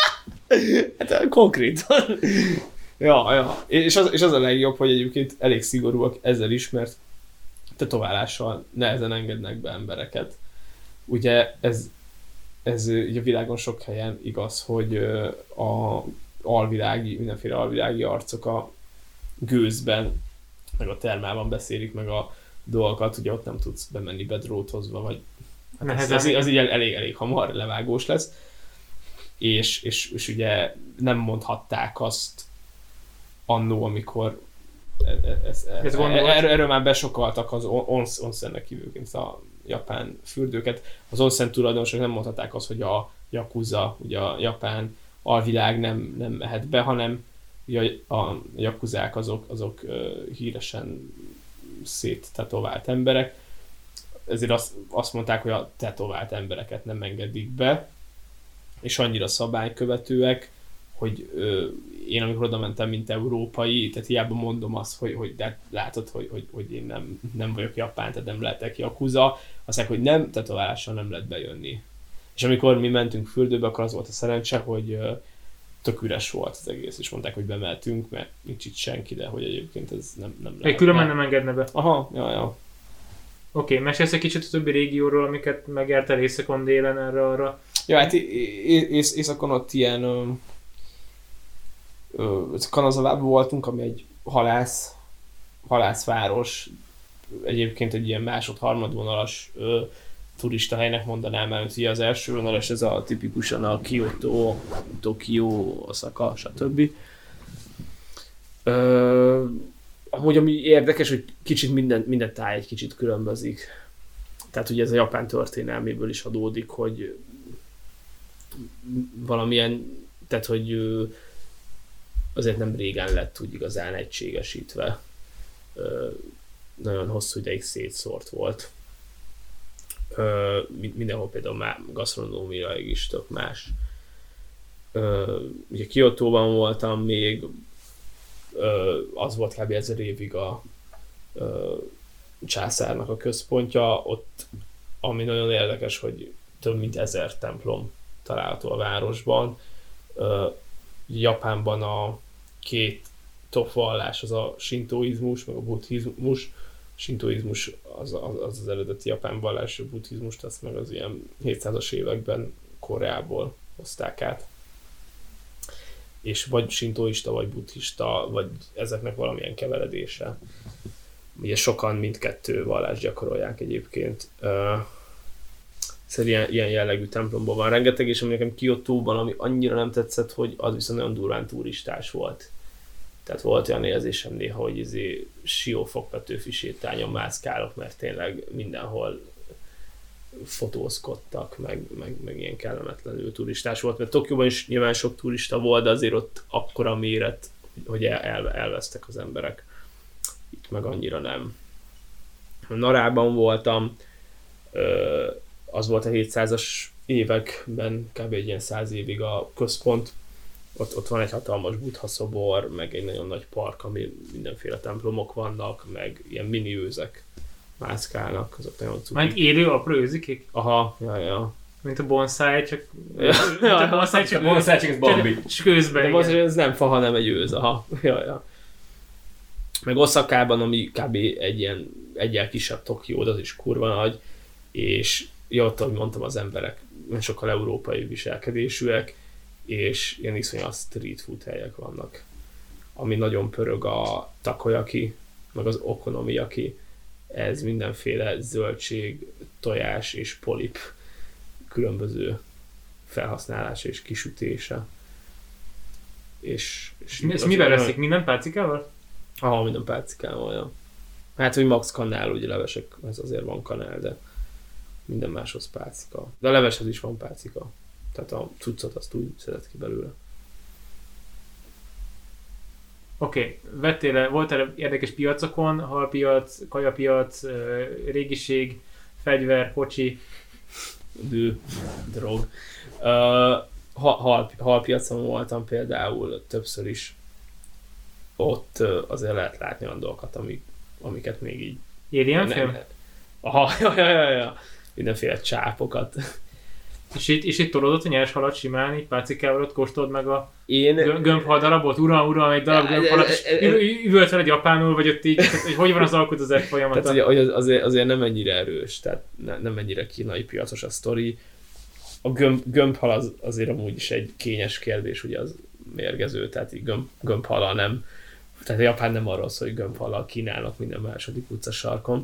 Hát konkrétan. Ja, ja. És az, és az a legjobb, hogy egyébként elég szigorúak ezzel is, mert tetoválással nehezen engednek be embereket. Ugye ez, ez ugye a világon sok helyen igaz, hogy a alvilági, mindenféle alvilági arcok a gőzben, meg a termában beszélik meg a dolgokat, ugye ott nem tudsz bemenni bedrótozva, vagy hát az, az, az így elég, elég hamar levágós lesz. És, és, és ugye nem mondhatták azt annó, amikor ez, ez, erről, erről már besokaltak az onsennek kívülként a japán fürdőket. Az onsen tulajdonosok nem mondhatták azt, hogy a yakuza, ugye a japán alvilág nem, nem mehet be, hanem ugye a yakuzák azok, azok híresen széttetovált emberek. Ezért azt, azt mondták, hogy a tetovált embereket nem engedik be, és annyira szabálykövetőek, hogy ö, én amikor oda mentem, mint európai, tehát hiába mondom azt, hogy, hogy de látod, hogy, hogy, hogy én nem, nem vagyok japán, tehát nem lehetek yakuza, azt mondják, hogy nem, tetoválással nem lehet bejönni. És amikor mi mentünk fürdőbe, akkor az volt a szerencse, hogy ö, tök üres volt az egész, és mondták, hogy bemeltünk, mert nincs itt senki, de hogy egyébként ez nem, nem lehet. Egy különben nem engedne be. Aha, ja, ja. Oké, okay, mesélsz egy kicsit a többi régióról, amiket megjártál északon, délen, erre, arra? Ja, hát ész, északon ott ilyen ö, ö, Kanazavában voltunk, ami egy halász, halászváros, egyébként egy ilyen másod-harmadvonalas ö, turista helynek mondanám el, hogy az első vonalas, ez a tipikusan a Kyoto, Tokyo, Osaka, stb. Ö, amúgy ami érdekes, hogy kicsit minden, minden táj egy kicsit különbözik. Tehát ugye ez a Japán történelméből is adódik, hogy valamilyen, tehát hogy azért nem régen lett úgy igazán egységesítve. Nagyon hosszú ideig szétszórt volt. Mindenhol például már gasztronómiailag is tök más. Ugye Kiotóban voltam még, az volt kb. ezer évig a császárnak a központja, ott ami nagyon érdekes, hogy több mint ezer templom található a városban. Japánban a két top vallás az a sintoizmus, meg a buddhizmus. A sintoizmus az az, az, az eredeti japán vallás, a buddhizmust azt meg az ilyen hétszázas években Koreából hozták át. És vagy sintoista, vagy buddhista, vagy ezeknek valamilyen keveredése. Ugye sokan mindkettő vallást gyakorolják egyébként. Szerintem ilyen, ilyen jellegű templomban van rengeteg, és ami nekem Kiotóban, ami annyira nem tetszett, hogy az viszont nagyon durván turistás volt. Tehát volt olyan érzésem néha, hogy izé Siófok Petőfi sétányon mászkálok, mert tényleg mindenhol fotózkodtak, meg, meg, meg ilyen kellemetlenül turistás volt, mert Tokióban is nyilván sok turista volt, de azért ott akkora méret, hogy el, el, elvesztek az emberek. Itt meg annyira nem. Narában voltam, az volt a hétszázas években, kb. Egy ilyen száz évig a központ. Ott, ott van egy hatalmas Buddha szobor, meg egy nagyon nagy park, ami mindenféle templomok vannak, meg ilyen mini őzek mászkálnak, azok nagyon cukik. Majd élő apró őzikik? Aha, ja, ja. Mint a bonsai, csak... Ja, ja, a bonsai csak, bonsai csak ez Bambi. Csak őszben, de bonsai ez nem fa, hanem egy őz, aha. Ja, ja. Meg Oszakában, ami kb. Egy ilyen egyel kisebb Tokió, az is kurva nagy, és ja, ott, ahogy mondtam, az emberek sokkal európai viselkedésűek, és ilyen iszonyat street food helyek vannak, ami nagyon pörög a takoyaki, meg az okonomiyaki, ez mindenféle zöldség, tojás és polip különböző felhasználása és kisütése. És, és ezt mivel veszik? Minden pácikával? Aha, minden pácikával, ja. Hát, hogy max kanál, ugye levesek, ez azért van kanál, de minden máshoz pácika. De a leveshez is van pácika. Tehát a cuccot azt úgy szedett ki belőle. Oké, okay. Vettél, voltál érdekes piacokon, halpiac, kajapiac, régiség, fegyver, kocsi? Dű, drog. Uh, hal, halpiacon voltam például többször is. Ott uh, azért lehet látni olyan dolgokat, amik, amiket még így... Alien film? Aha, ja, ja, ja, ja. Mindenféle csápokat. És itt, és itt tolódott a nyers halat simán, így pácikával ott kóstold meg a Én... gömbhal darabot, uram, uram, egy darab gömbhalat, és üvölt veled japánul, vagy ott így, hogy hogy van az alkotozás folyamata? Tehát hogy azért, azért nem ennyire erős, tehát ne, nem ennyire kínai piacos a sztori. A gömb, gömbhal az, azért amúgy is egy kényes kérdés, ugye az mérgező, tehát így gömb, gömbhallal nem, tehát a Japán nem arról szól, hogy gömbhallal kínálnak minden második utcasarkon,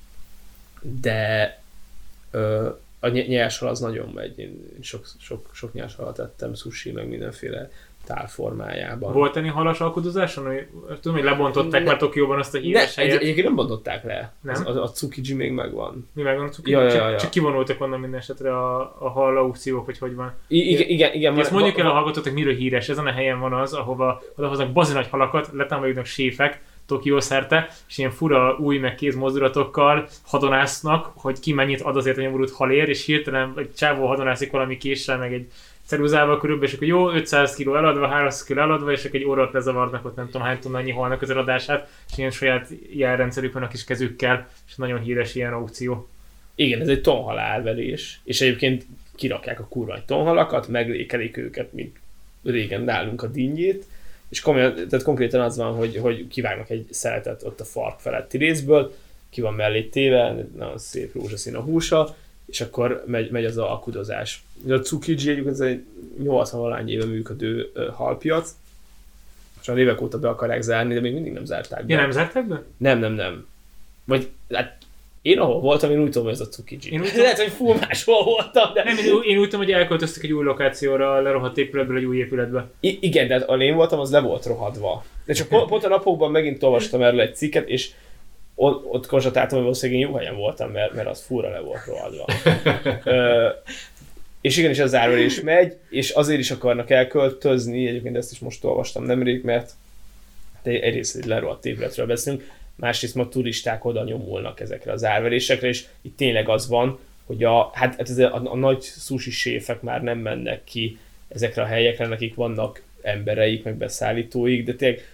de ö, a nyershal az nagyon megy, én sok, sok, sok nyershalat ettem, sushi, meg mindenféle tálformájában. Volt ennél halas alkodozáson? Tudom, hogy lebontották ne, már Tokióban azt a híres ne, helyet. Egyébként nem bontották le. Nem? Az, a, a Tsukiji még megvan. Mi megvan a Tsukiji? Ja, ja, csak, ja, ja. csak kivonultak onnan minden esetre a, a hal aukciók, vagy hogy van. I, igen, igen. igen ezt mondjuk el a hallgatóknak, miről híres. Ezen a helyen van az, ahova odahoznak bazi nagy halakat, letámadnak séfek, Tokió szerte, és ilyen fura új meg kézmozdulatokkal hadonásznak, hogy ki mennyit ad azért a nyomorult halér, és hirtelen egy csávó hadonászik valami késsel, meg egy ceruzával körülbelül, és akkor jó, ötszáz kiló eladva, háromszáz kiló eladva, és akkor egy óra lezavarnak ott nem tudom hány tonnányi halnak az eladását, és ilyen saját jelrendszerük van a kis kezükkel, és nagyon híres ilyen aukció. Igen, ez egy tonhal árverés, és egyébként kirakják a kurva egy tonhalakat, meglékelik őket, mint régen nálunk a dinnyét, és komolyan, tehát konkrétan az van, hogy, hogy kivágnak egy szeletet ott a fark feletti részből, ki van mellé téve, nagyon szép rózsaszín a húsa, és akkor megy, megy az alkudozás. A Tsukiji egyébként ez egy nyolcvan-valány éve működő uh, halpiac, és a évek óta be akarják zárni, de még mindig nem zárták be. Ja, nem zárták be? Nem, nem, nem. Vagy, hát én ahol voltam, én úgy tudom, hogy ez a Tsukiji. Én úgy tudom, lehet, hogy full máshol voltam, de... Nem, én, én úgy tudom, hogy elköltöztek egy új lokációra, lerohadt épületből egy új épületbe. I- igen, de ahol én voltam, az le volt rohadva. De csak pont, pont a napokban megint olvastam erről egy cikket, és ott, ott konstatáltam, hogy valószínűleg én jó helyen voltam, mert, mert az furra le volt rohadva. Ö, és igenis az árverés megy, és azért is akarnak elköltözni, egyébként ezt is most olvastam nemrég, mert egyrészt egy lerohadt épületről beszélünk, másrészt ma turisták oda nyomulnak ezekre az árverésekre, és itt tényleg az van, hogy a, hát ez a, a, a nagy sushi séfek már nem mennek ki ezekre a helyekre, nekik vannak embereik, meg beszállítóik, de tényleg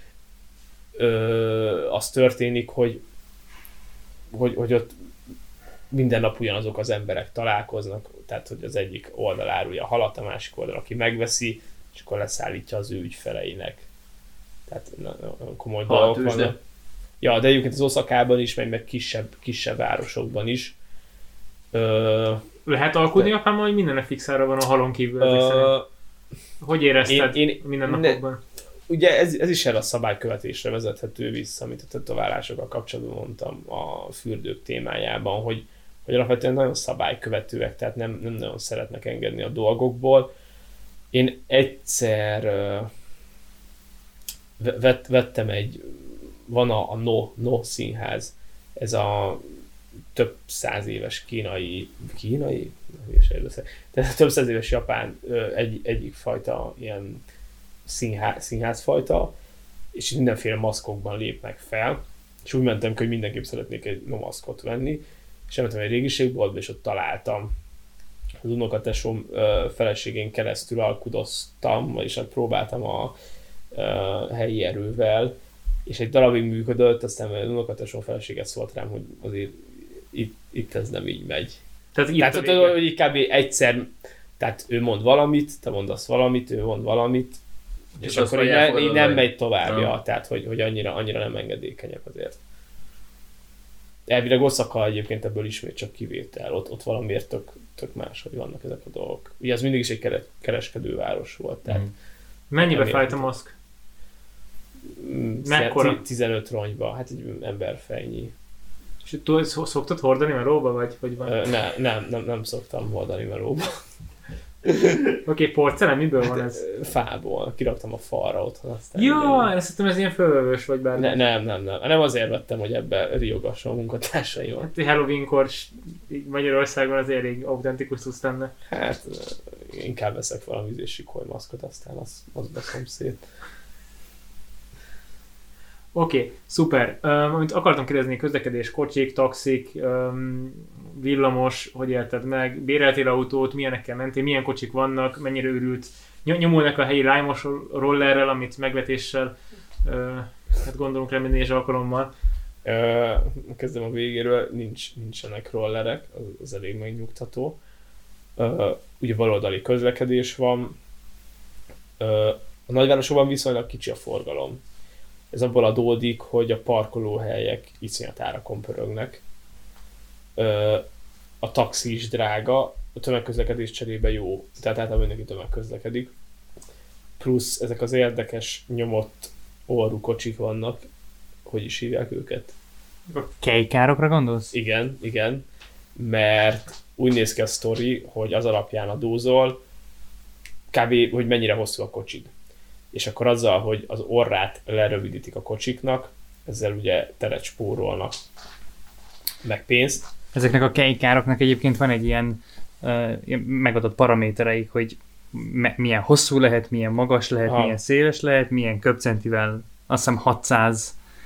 ö, az történik, hogy, hogy, hogy ott minden nap ugyanazok az emberek találkoznak, tehát hogy az egyik oldal árulja a halat, a másik oldal, aki megveszi, és akkor leszállítja az ő ügyfeleinek. Tehát nagyon komoly dolgok vannak. Ja, de egyébként az Oszakában is, meg, meg kisebb, kisebb városokban is. Ö, Lehet alkudni Japánban, hogy mindenre fixára van a halon kívül? Ö, hogy érezted én, én, minden napokban? Ne, ugye ez, ez is erre a szabálykövetésre vezethető vissza, amit a tetoválásokkal kapcsolatban mondtam a fürdők témájában, hogy, hogy alapvetően nagyon szabálykövetőek, tehát nem, nem nagyon szeretnek engedni a dolgokból. Én egyszer uh, vett, vettem egy, van a, a No, No színház, ez a több száz éves kínai, kínai? Tehát több száz éves japán egy, egyik fajta ilyen színház, színházfajta, és mindenféle maszkokban lépnek fel, és úgy mentem ki, hogy mindenképp szeretnék egy no maszkot venni, és elmentem egy régiségboltba, és ott találtam. Az unokatesóm feleségén keresztül alkudoztam, vagyis hát próbáltam a, a helyi erővel, és egy darabig működött, aztán az unokatesóm feleséget szólt rám, hogy azért itt, itt ez nem így megy. Tehát, tehát ott, hogy kb. Egyszer, tehát ő mond valamit, te mondasz valamit, ő mond valamit, és, és akkor így, ne, így nem megy tovább, ja, tehát hogy, hogy annyira, annyira nem engedékenyek azért. Elvileg Oszaka egyébként ebből ismét csak kivétel, ott, ott valamiért tök, tök más, hogy vannak ezek a dolgok. Ugye ez mindig is egy kereskedőváros volt, tehát... Hmm. Mennyibe fájt a maszk? Mekkora? tizenöt rongyba, hát egy emberfejnyi. És tú szoktad hordani melóba, vagy, vagy van? Ö, ne, nem, nem, nem szoktam hordani melóba. Oké, okay, porcelán, miből van ez? Fából, kiraktam a falra otthon, aztán... Ja, ezt hittem ez ilyen fölvevős vagy bármi. Ne, nem, nem, nem. Nem azért vettem, hogy ebbe riogasson a munkatársaimat. Hát Halloween-kor Magyarországon az elég autentikus tudsz lenne. Hát inkább veszek valami sikoly maszkot, aztán azt az beszom szét. Oké, okay, szuper. Um, amit akartam kérdezni, közlekedés, kocsik, taxik, um, villamos, hogy élted meg, béreltél autót, milyenekkel mentél, milyen kocsik vannak, mennyire őrült, nyomulnak a helyi lájmos rollerrel, amit megvetéssel, uh, hát gondolunk rá minden alkalommal. Uh, kezdem a végéről, nincs, nincsenek rollerek, az, az elég megnyugtató. Uh, ugye baloldali közlekedés van, uh, a nagyvárosokban viszonylag kicsi a forgalom. Ez abból adódik, hogy a parkolóhelyek iszonyat árakon pörögnek. A taxi is drága, a tömegközlekedés cserébe jó, tehát általában mindenki tömegközlekedik. Plusz ezek az érdekes nyomott orrú kocsik vannak, hogy is hívják őket? A kejkárokra gondolsz? Igen, igen, mert úgy néz ki a sztori, hogy az alapján adózol, kb. Hogy mennyire hosszú a kocsid. És akkor azzal, hogy az orrát lerövidítik a kocsiknak, ezzel ugye teret spórolnak, meg pénzt. Ezeknek a kejkároknak egyébként van egy ilyen uh, megadott paramétereik, hogy me- milyen hosszú lehet, milyen magas lehet, ha. milyen széles lehet, milyen köbcentivel, azt hiszem hatszáz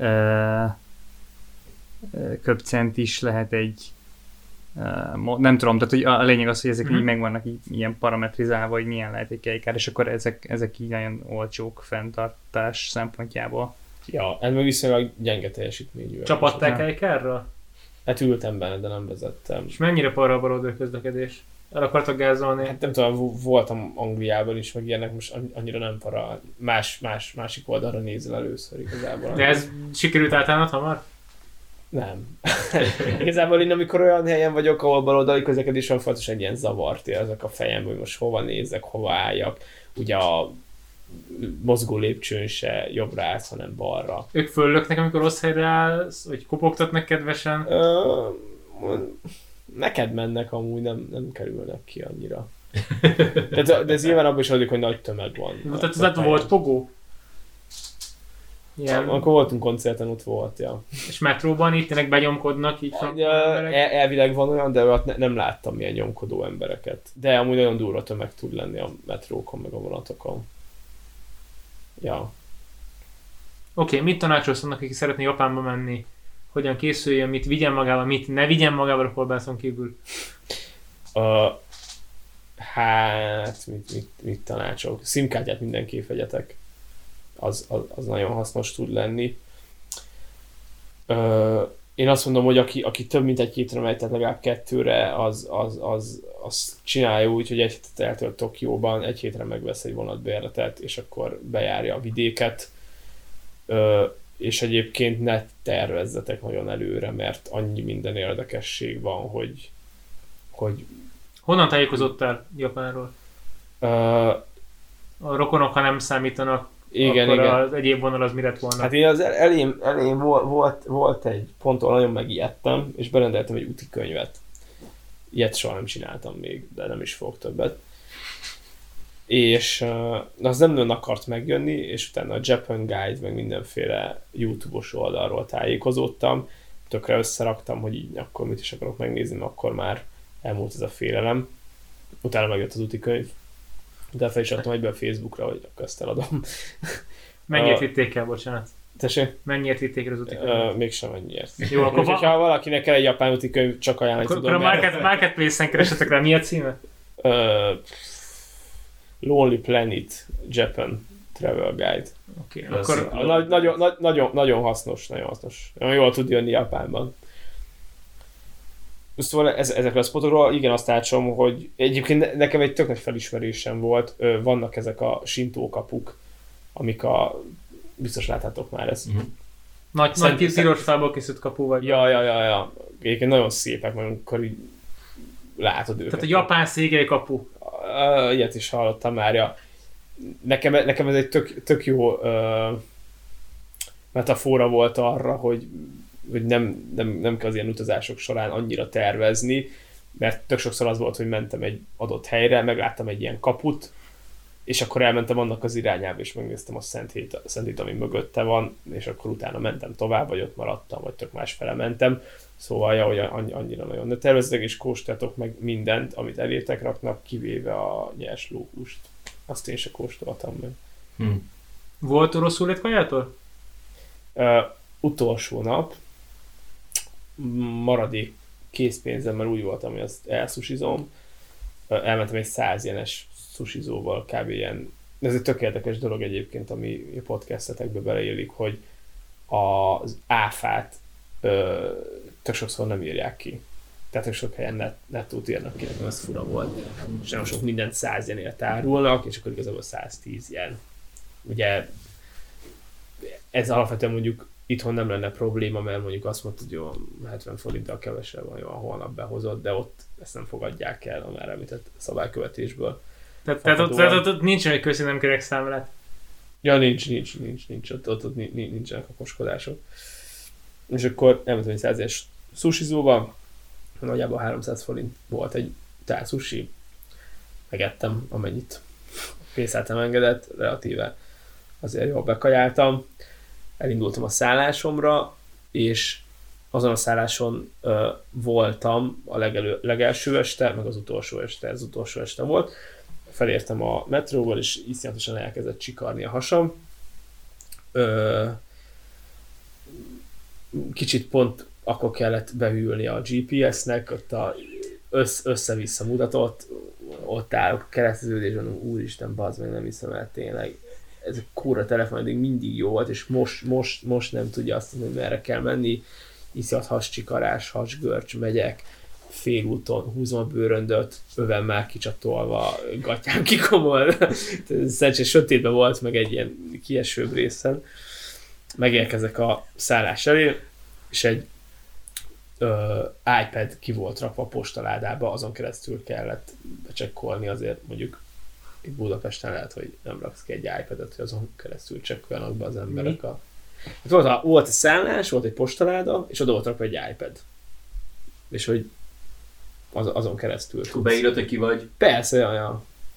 uh, köbcent is lehet egy uh, nem tudom, tehát hogy a lényeg az, hogy ezek mm-hmm. így megvannak így, ilyen parametrizálva, hogy milyen lehet egy kejkár, és akkor ezek, ezek így nagyon olcsók fenntartás szempontjából. Ja, ez meg viszonylag gyenge teljesítményű. Csapattál kejkárra? Hát ültem benne, de nem vezettem. És mennyire parrabarodó a közlekedés? El akartak gázolni? Hát nem tudom, voltam Angliában is, meg ilyenek, most annyira nem para. Más, más, másik oldalra nézel először igazából. De ez sikerült átállnod hamar? Nem. Igazából én amikor olyan helyen vagyok, ahol baloldali közlekedés van, fontosan egy ilyen zavart érzek a fejemben, hogy most hova nézek, hova álljak. Ugye a mozgó lépcsőn se jobbra állsz, hanem balra. Ők föllöknek, amikor rossz helyre állsz, vagy kopogtatnak kedvesen? Ö, neked mennek amúgy, nem, nem kerülnek ki annyira. de, de ez nyilván abban is adjuk, hogy nagy tömeg van. Tehát az volt pogó? Ilyen. Akkor voltunk koncerten, ott volt, ja. És metróban itt tényleg benyomkodnak így? El, elvileg van olyan, de ott ne, nem láttam ilyen nyomkodó embereket. De amúgy nagyon durva tömeg tud lenni a metrókon, meg a vonatokon. Ja. Oké, okay, mit tanácsolsz annak, aki szeretné Japánba menni? Hogyan készüljön, mit vigyen magával, mit ne vigyen magával a kolbászon kívül? Uh, hát, mit, mit, mit tanácsolok? SIM-kártyát mindenképp vegyetek. Az, az, az nagyon hasznos tud lenni. Uh, én azt mondom, hogy aki, aki több mint egy hétre megy, tehát legalább kettőre, az, az, az, az csinálja úgy, hogy egy hétet eltölt Tokióban, egy hétre megvesz egy vonatbérletet, és akkor bejárja a vidéket. Uh, és egyébként ne tervezzetek nagyon előre, mert annyi minden érdekesség van, hogy... hogy honnan tájékozottál Japánról? Uh, a rokonok, ha nem számítanak, igen, akkor igen. Az egyéb vonal az mi lett volna? Hát én az elején, elején volt, volt, volt egy ponton, nagyon megijedtem, és berendeltem egy úti könyvet. Ilyet soha nem csináltam még, de nem is fogok többet. És uh, az nem nagyon akart megjönni, és utána a Japan Guide, meg mindenféle YouTube-os oldalról tájékozódtam. Tökre összeraktam, hogy így akkor mit is akarok megnézni, mert akkor már elmúlt ez a félelem. Utána megjött az úti könyv. De fel is adtam egyből a Facebookra, hogy akkor ezt eladom. Mennyit vitték el, bocsánat? Tessék? Mennyit vitték el az úti könyv? Uh, mégsem ennyiért. Jó, akkor va- ha valakinek kell egy japán úti könyv, csak ajánlani akkor, tudom. Akkor a market, marketplace-en keresetek rá, mi a címe? Uh, Lonely Planet Japan Travel Guide. Oké, okay, akkor... Na, nagyon, na, nagyon, nagyon hasznos, nagyon hasznos. Nagyon jól tud jönni Japánban. Szóval ez, ezekről a spotokról igen azt látszom, hogy egyébként nekem egy tök nagy felismerésem volt, vannak ezek a Shintó kapuk, amik a... biztos láttátok már ezt. Uh-huh. Nagy, Szent, nagy piros fából készült kapu vagy? Ja, ja, ja, ja. Egyébként nagyon szépek, mert amikor így látod őket. Tehát a japán szégely kapu. Uh, ilyet is hallottam már, ja. Nekem, nekem ez egy tök, tök jó uh, metafora volt arra, hogy, hogy nem, nem, nem kell az ilyen utazások során annyira tervezni, mert tök sokszor az volt, hogy mentem egy adott helyre, megláttam egy ilyen kaput, és akkor elmentem annak az irányába, és megnéztem a Szentét, Szentét, ami mögötte van, és akkor utána mentem tovább, vagy ott maradtam, vagy tök másfele mentem. Szóval, ja, hogy annyira nagyon. De tervezzetek és kóstoljatok meg mindent, amit elétek raknak, kivéve a nyers lóhúst. Azt én se kóstoltam meg. Hmm. Volt rosszul lett kajától? Uh, utolsó nap maradék készpénzemmel úgy voltam, hogy azt elszusizom. Uh, elmentem egy száz jenes sushizóval, kb. Ilyen. Ez egy tök érdekes dolog egyébként, ami a podcastetekbe beleillik, hogy az áfát uh, tök sokszor nem írják ki. Tehát tök sok helyen net, nettót írnak ki, nekem az fura volt. És nagyon sok mindent száz jenért árulnak, és akkor igazából száztíz jen. Ugye ez alapvetően mondjuk itthon nem lenne probléma, mert mondjuk azt mondtad, hogy jó, hetven forinttal kevesebb van, jó, a holnap behozott, de ott ezt nem fogadják el a már említett szabálykövetésből. Tehát, tehát ott, ott, ott nincs egy köszi nem kerek számlát. Ja, nincs, nincs, nincs, nincs, ott, ott, ott nincsenek a koskodások. És akkor elmentem egy százes sushizóba, nagyjából háromszáz forint volt egy tál sushi. Megettem, amennyit pénzáltam engedett, relatíve azért jól bekajáltam. Elindultam a szállásomra, és azon a szálláson uh, voltam a legelő, legelső este, meg az utolsó este, ez az utolsó este volt. Felértem a metróval, és iszonyatosan elkezdett csikarni a hasam. Uh, kicsit pont akkor kellett beülni a gé pé es-nek, ott a össz, össze-vissza mutatott, ott állok a kereszteződésben, úristen, bazd meg, nem hiszem el tényleg. Ez a kurva telefon eddig mindig jó volt, és most, most, most nem tudja azt mondani, hogy merre kell menni. Iszonyat hascsikarás, hasgörcs, megyek, félúton húzom a bőröndöt, öven már kicsatolva, gatyám kikomol. Szerencsés sötétben volt, meg egy ilyen kiesőbb részen. Megérkezek a szállás elé, és egy ö, iPad ki volt rakva a postaládába, azon keresztül kellett becsekkolni, azért mondjuk itt Budapesten lehet, hogy nem raksz ki egy iPad-et, hogy azon keresztül csekkoljanak be az emberek. A... Volt, a, volt a szállás, volt egy postaláda, és oda volt rakva egy iPad. És hogy az, azon keresztül tudsz. Beírod, hogy ki vagy? Persze, jaj, jaj.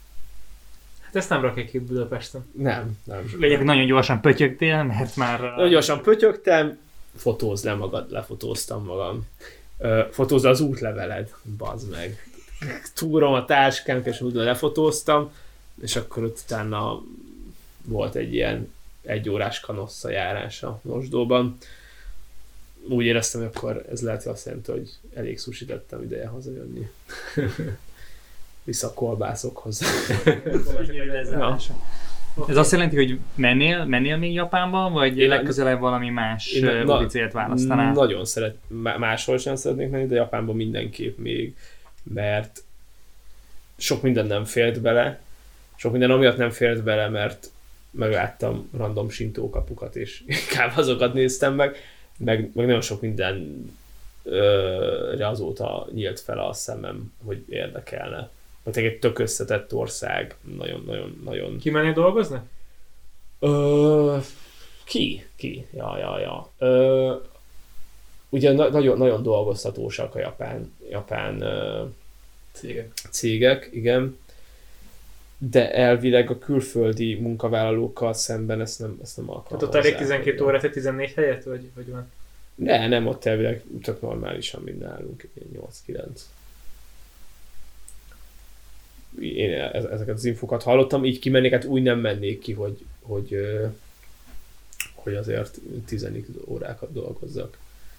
Hát ezt nem rakják ki Budapesten. Nem, nem. Legyek, nagyon gyorsan pötyögtél, mert már... Nagyon gyorsan pötyögtem, fotózd le magad, lefotóztam magam. Ö, fotózd az útleveled, bazd meg. Túrom a táskám, és úgy lefotóztam, és akkor ott utána volt egy ilyen egy órás kanossza járás a mosdóban. Úgy éreztem, hogy akkor ez lehet, hogy azt jelenti, hogy elég szusítettem ideje hazajönni. Vissza a kolbászokhoz. Ja. Ez azt jelenti, hogy mennél, mennél még Japánba, vagy én legközelebb valami más úti célt választanál? Nagyon szeret, máshol sem szeretnék menni, de Japánban mindenképp még, mert sok minden nem fért bele. Sok minden amiatt nem fért bele, mert megláttam random Shintó kapukat, és inkább azokat néztem meg, meg, meg nagyon sok minden ö, azóta nyílt fel a szemem, hogy érdekelne. Mert egy tök összetett ország, nagyon-nagyon-nagyon... Ki menni dolgozni? Ö, ki? Ki? Ja, ja, ja. Ö, ugye na- nagyon, nagyon dolgoztatósak a japán, japán ö, cégek. cégek, igen. De elvileg a külföldi munkavállalókkal szemben ezt nem, ezt nem alkalmazzák. Tehát ott elég tizenkét órát, te tizennégy helyet, vagy, vagy van? Ne, nem, ott elvileg tök normálisan, mint nálunk, nyolc-kilenc. Én ezeket az infokat hallottam, így kimennék, hát úgy nem mennék ki, hogy, hogy, hogy azért tizenik órákat dolgozzak.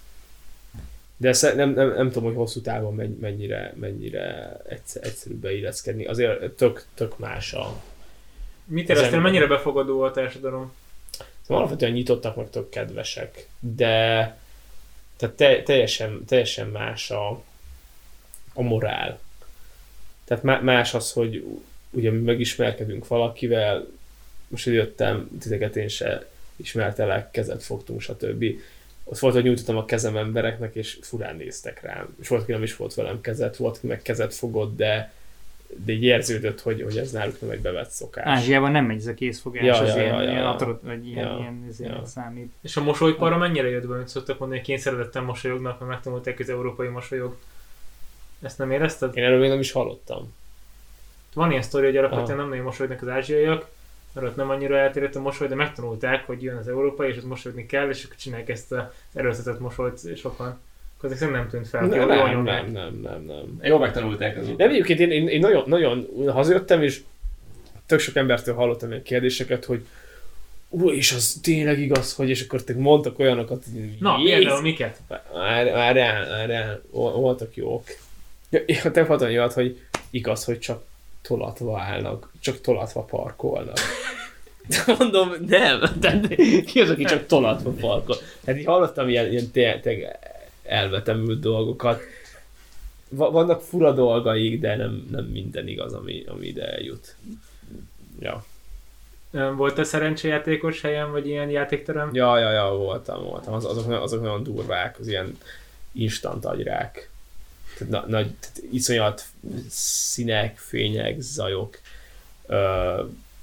De ezt nem, nem, nem tudom, hogy hosszú távon mennyire, mennyire egyszerű beilleszkedni. Azért tök, tök más a... Mit éreztél, mennyire befogadó a társadalom? Alapvetően nyitottak, meg tök kedvesek, de tehát te, teljesen, teljesen más a, a morál. Tehát más az, hogy ugye mi megismerkedünk valakivel, most jöttem, titeket én se ismertelek, kezet fogtunk, stb. Ott volt, hogy nyújtottam a kezem embereknek, és furán néztek rám. És volt, aki nem is volt velem kezet, volt, aki meg kezet fogott, de, de így érződött, hogy, hogy ez náluk nem egy bevett szokás. Ázsiában nem megy ez a készfogás, ja, az ja, ilyen, ja, ja, ilyen, ja. atrot, vagy ilyen, ja, ilyen, ilyen ja. számít. És a mosolyparra mennyire jött be, amit szoktak mondani, hogy kényszeredetten mosolyognak, mert megtanulták, hogy az európai mosolyog. Ezt nem érezted? Én erről még nem is hallottam. Van ilyen sztori, hogy alapvetően nem nagyon mosolyognak az ázsiaiak, mert ott nem annyira elterjedt a mosoly, de megtanulták, hogy jön az európai, és ott mosolyogni kell, és akkor csinálják ezt az erőltetett mosolyt sokan. Akkor ezek nem tűnt fel. Nem, nem, nem, nem, nem, nem. Jól megtanulták azóta. Nem, egyébként én, én, én nagyon, nagyon hazajöttem, és tök sok embertől hallottam ilyen kérdéseket, hogy ú, és az tényleg igaz, hogy, és akkor te mondtak olyanokat, hogy na, például miket? Várjál, várjál, voltak jók. Ja, te voltam jót, hogy igaz, hogy csak tolatva állnak, csak tolatva parkolnak. Mondom, nem, tehát ki az, aki csak tolatva parkol? Hát így hallottam ilyen, ilyen tényleg elvetemült dolgokat. Vannak fura dolgaik, de nem, nem minden igaz, ami, ami ide eljut. Ja. Volt-e szerencsejátékos helyen, vagy ilyen játékterem? Ja, ja, ja, voltam, voltam. Az, azok, azok nagyon durvák, az ilyen instant agyrák. Tehát, na, nagy, tehát iszonyat színek, fények, zajok, ö,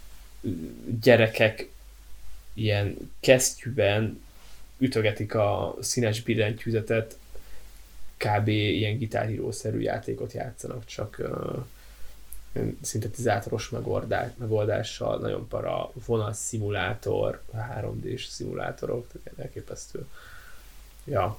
gyerekek ilyen kesztyűben ütögetik a színes billentyűzetet, kb. Ilyen gitárhírószerű játékot játszanak, csak ö, szintetizátoros megoldás, megoldással, nagyon para vonal szimulátor, három dés szimulátorok, tehát elképesztő. Ja.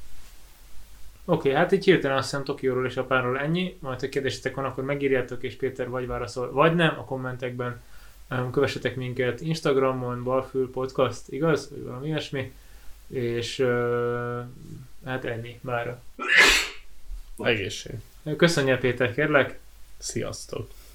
Oké, okay, hát így hirtelen azt hiszem Tokióról és Japánról ennyi, majd ha kérdésetek van, akkor megírjátok, és Péter vagy válaszol, vagy nem a kommentekben. Kövessetek minket Instagramon, Balfül Podcast, igaz? Vagy valami ilyesmi. És uh, hát ennyi mára. Egészség. Köszönjél Péter, kérlek. Sziasztok.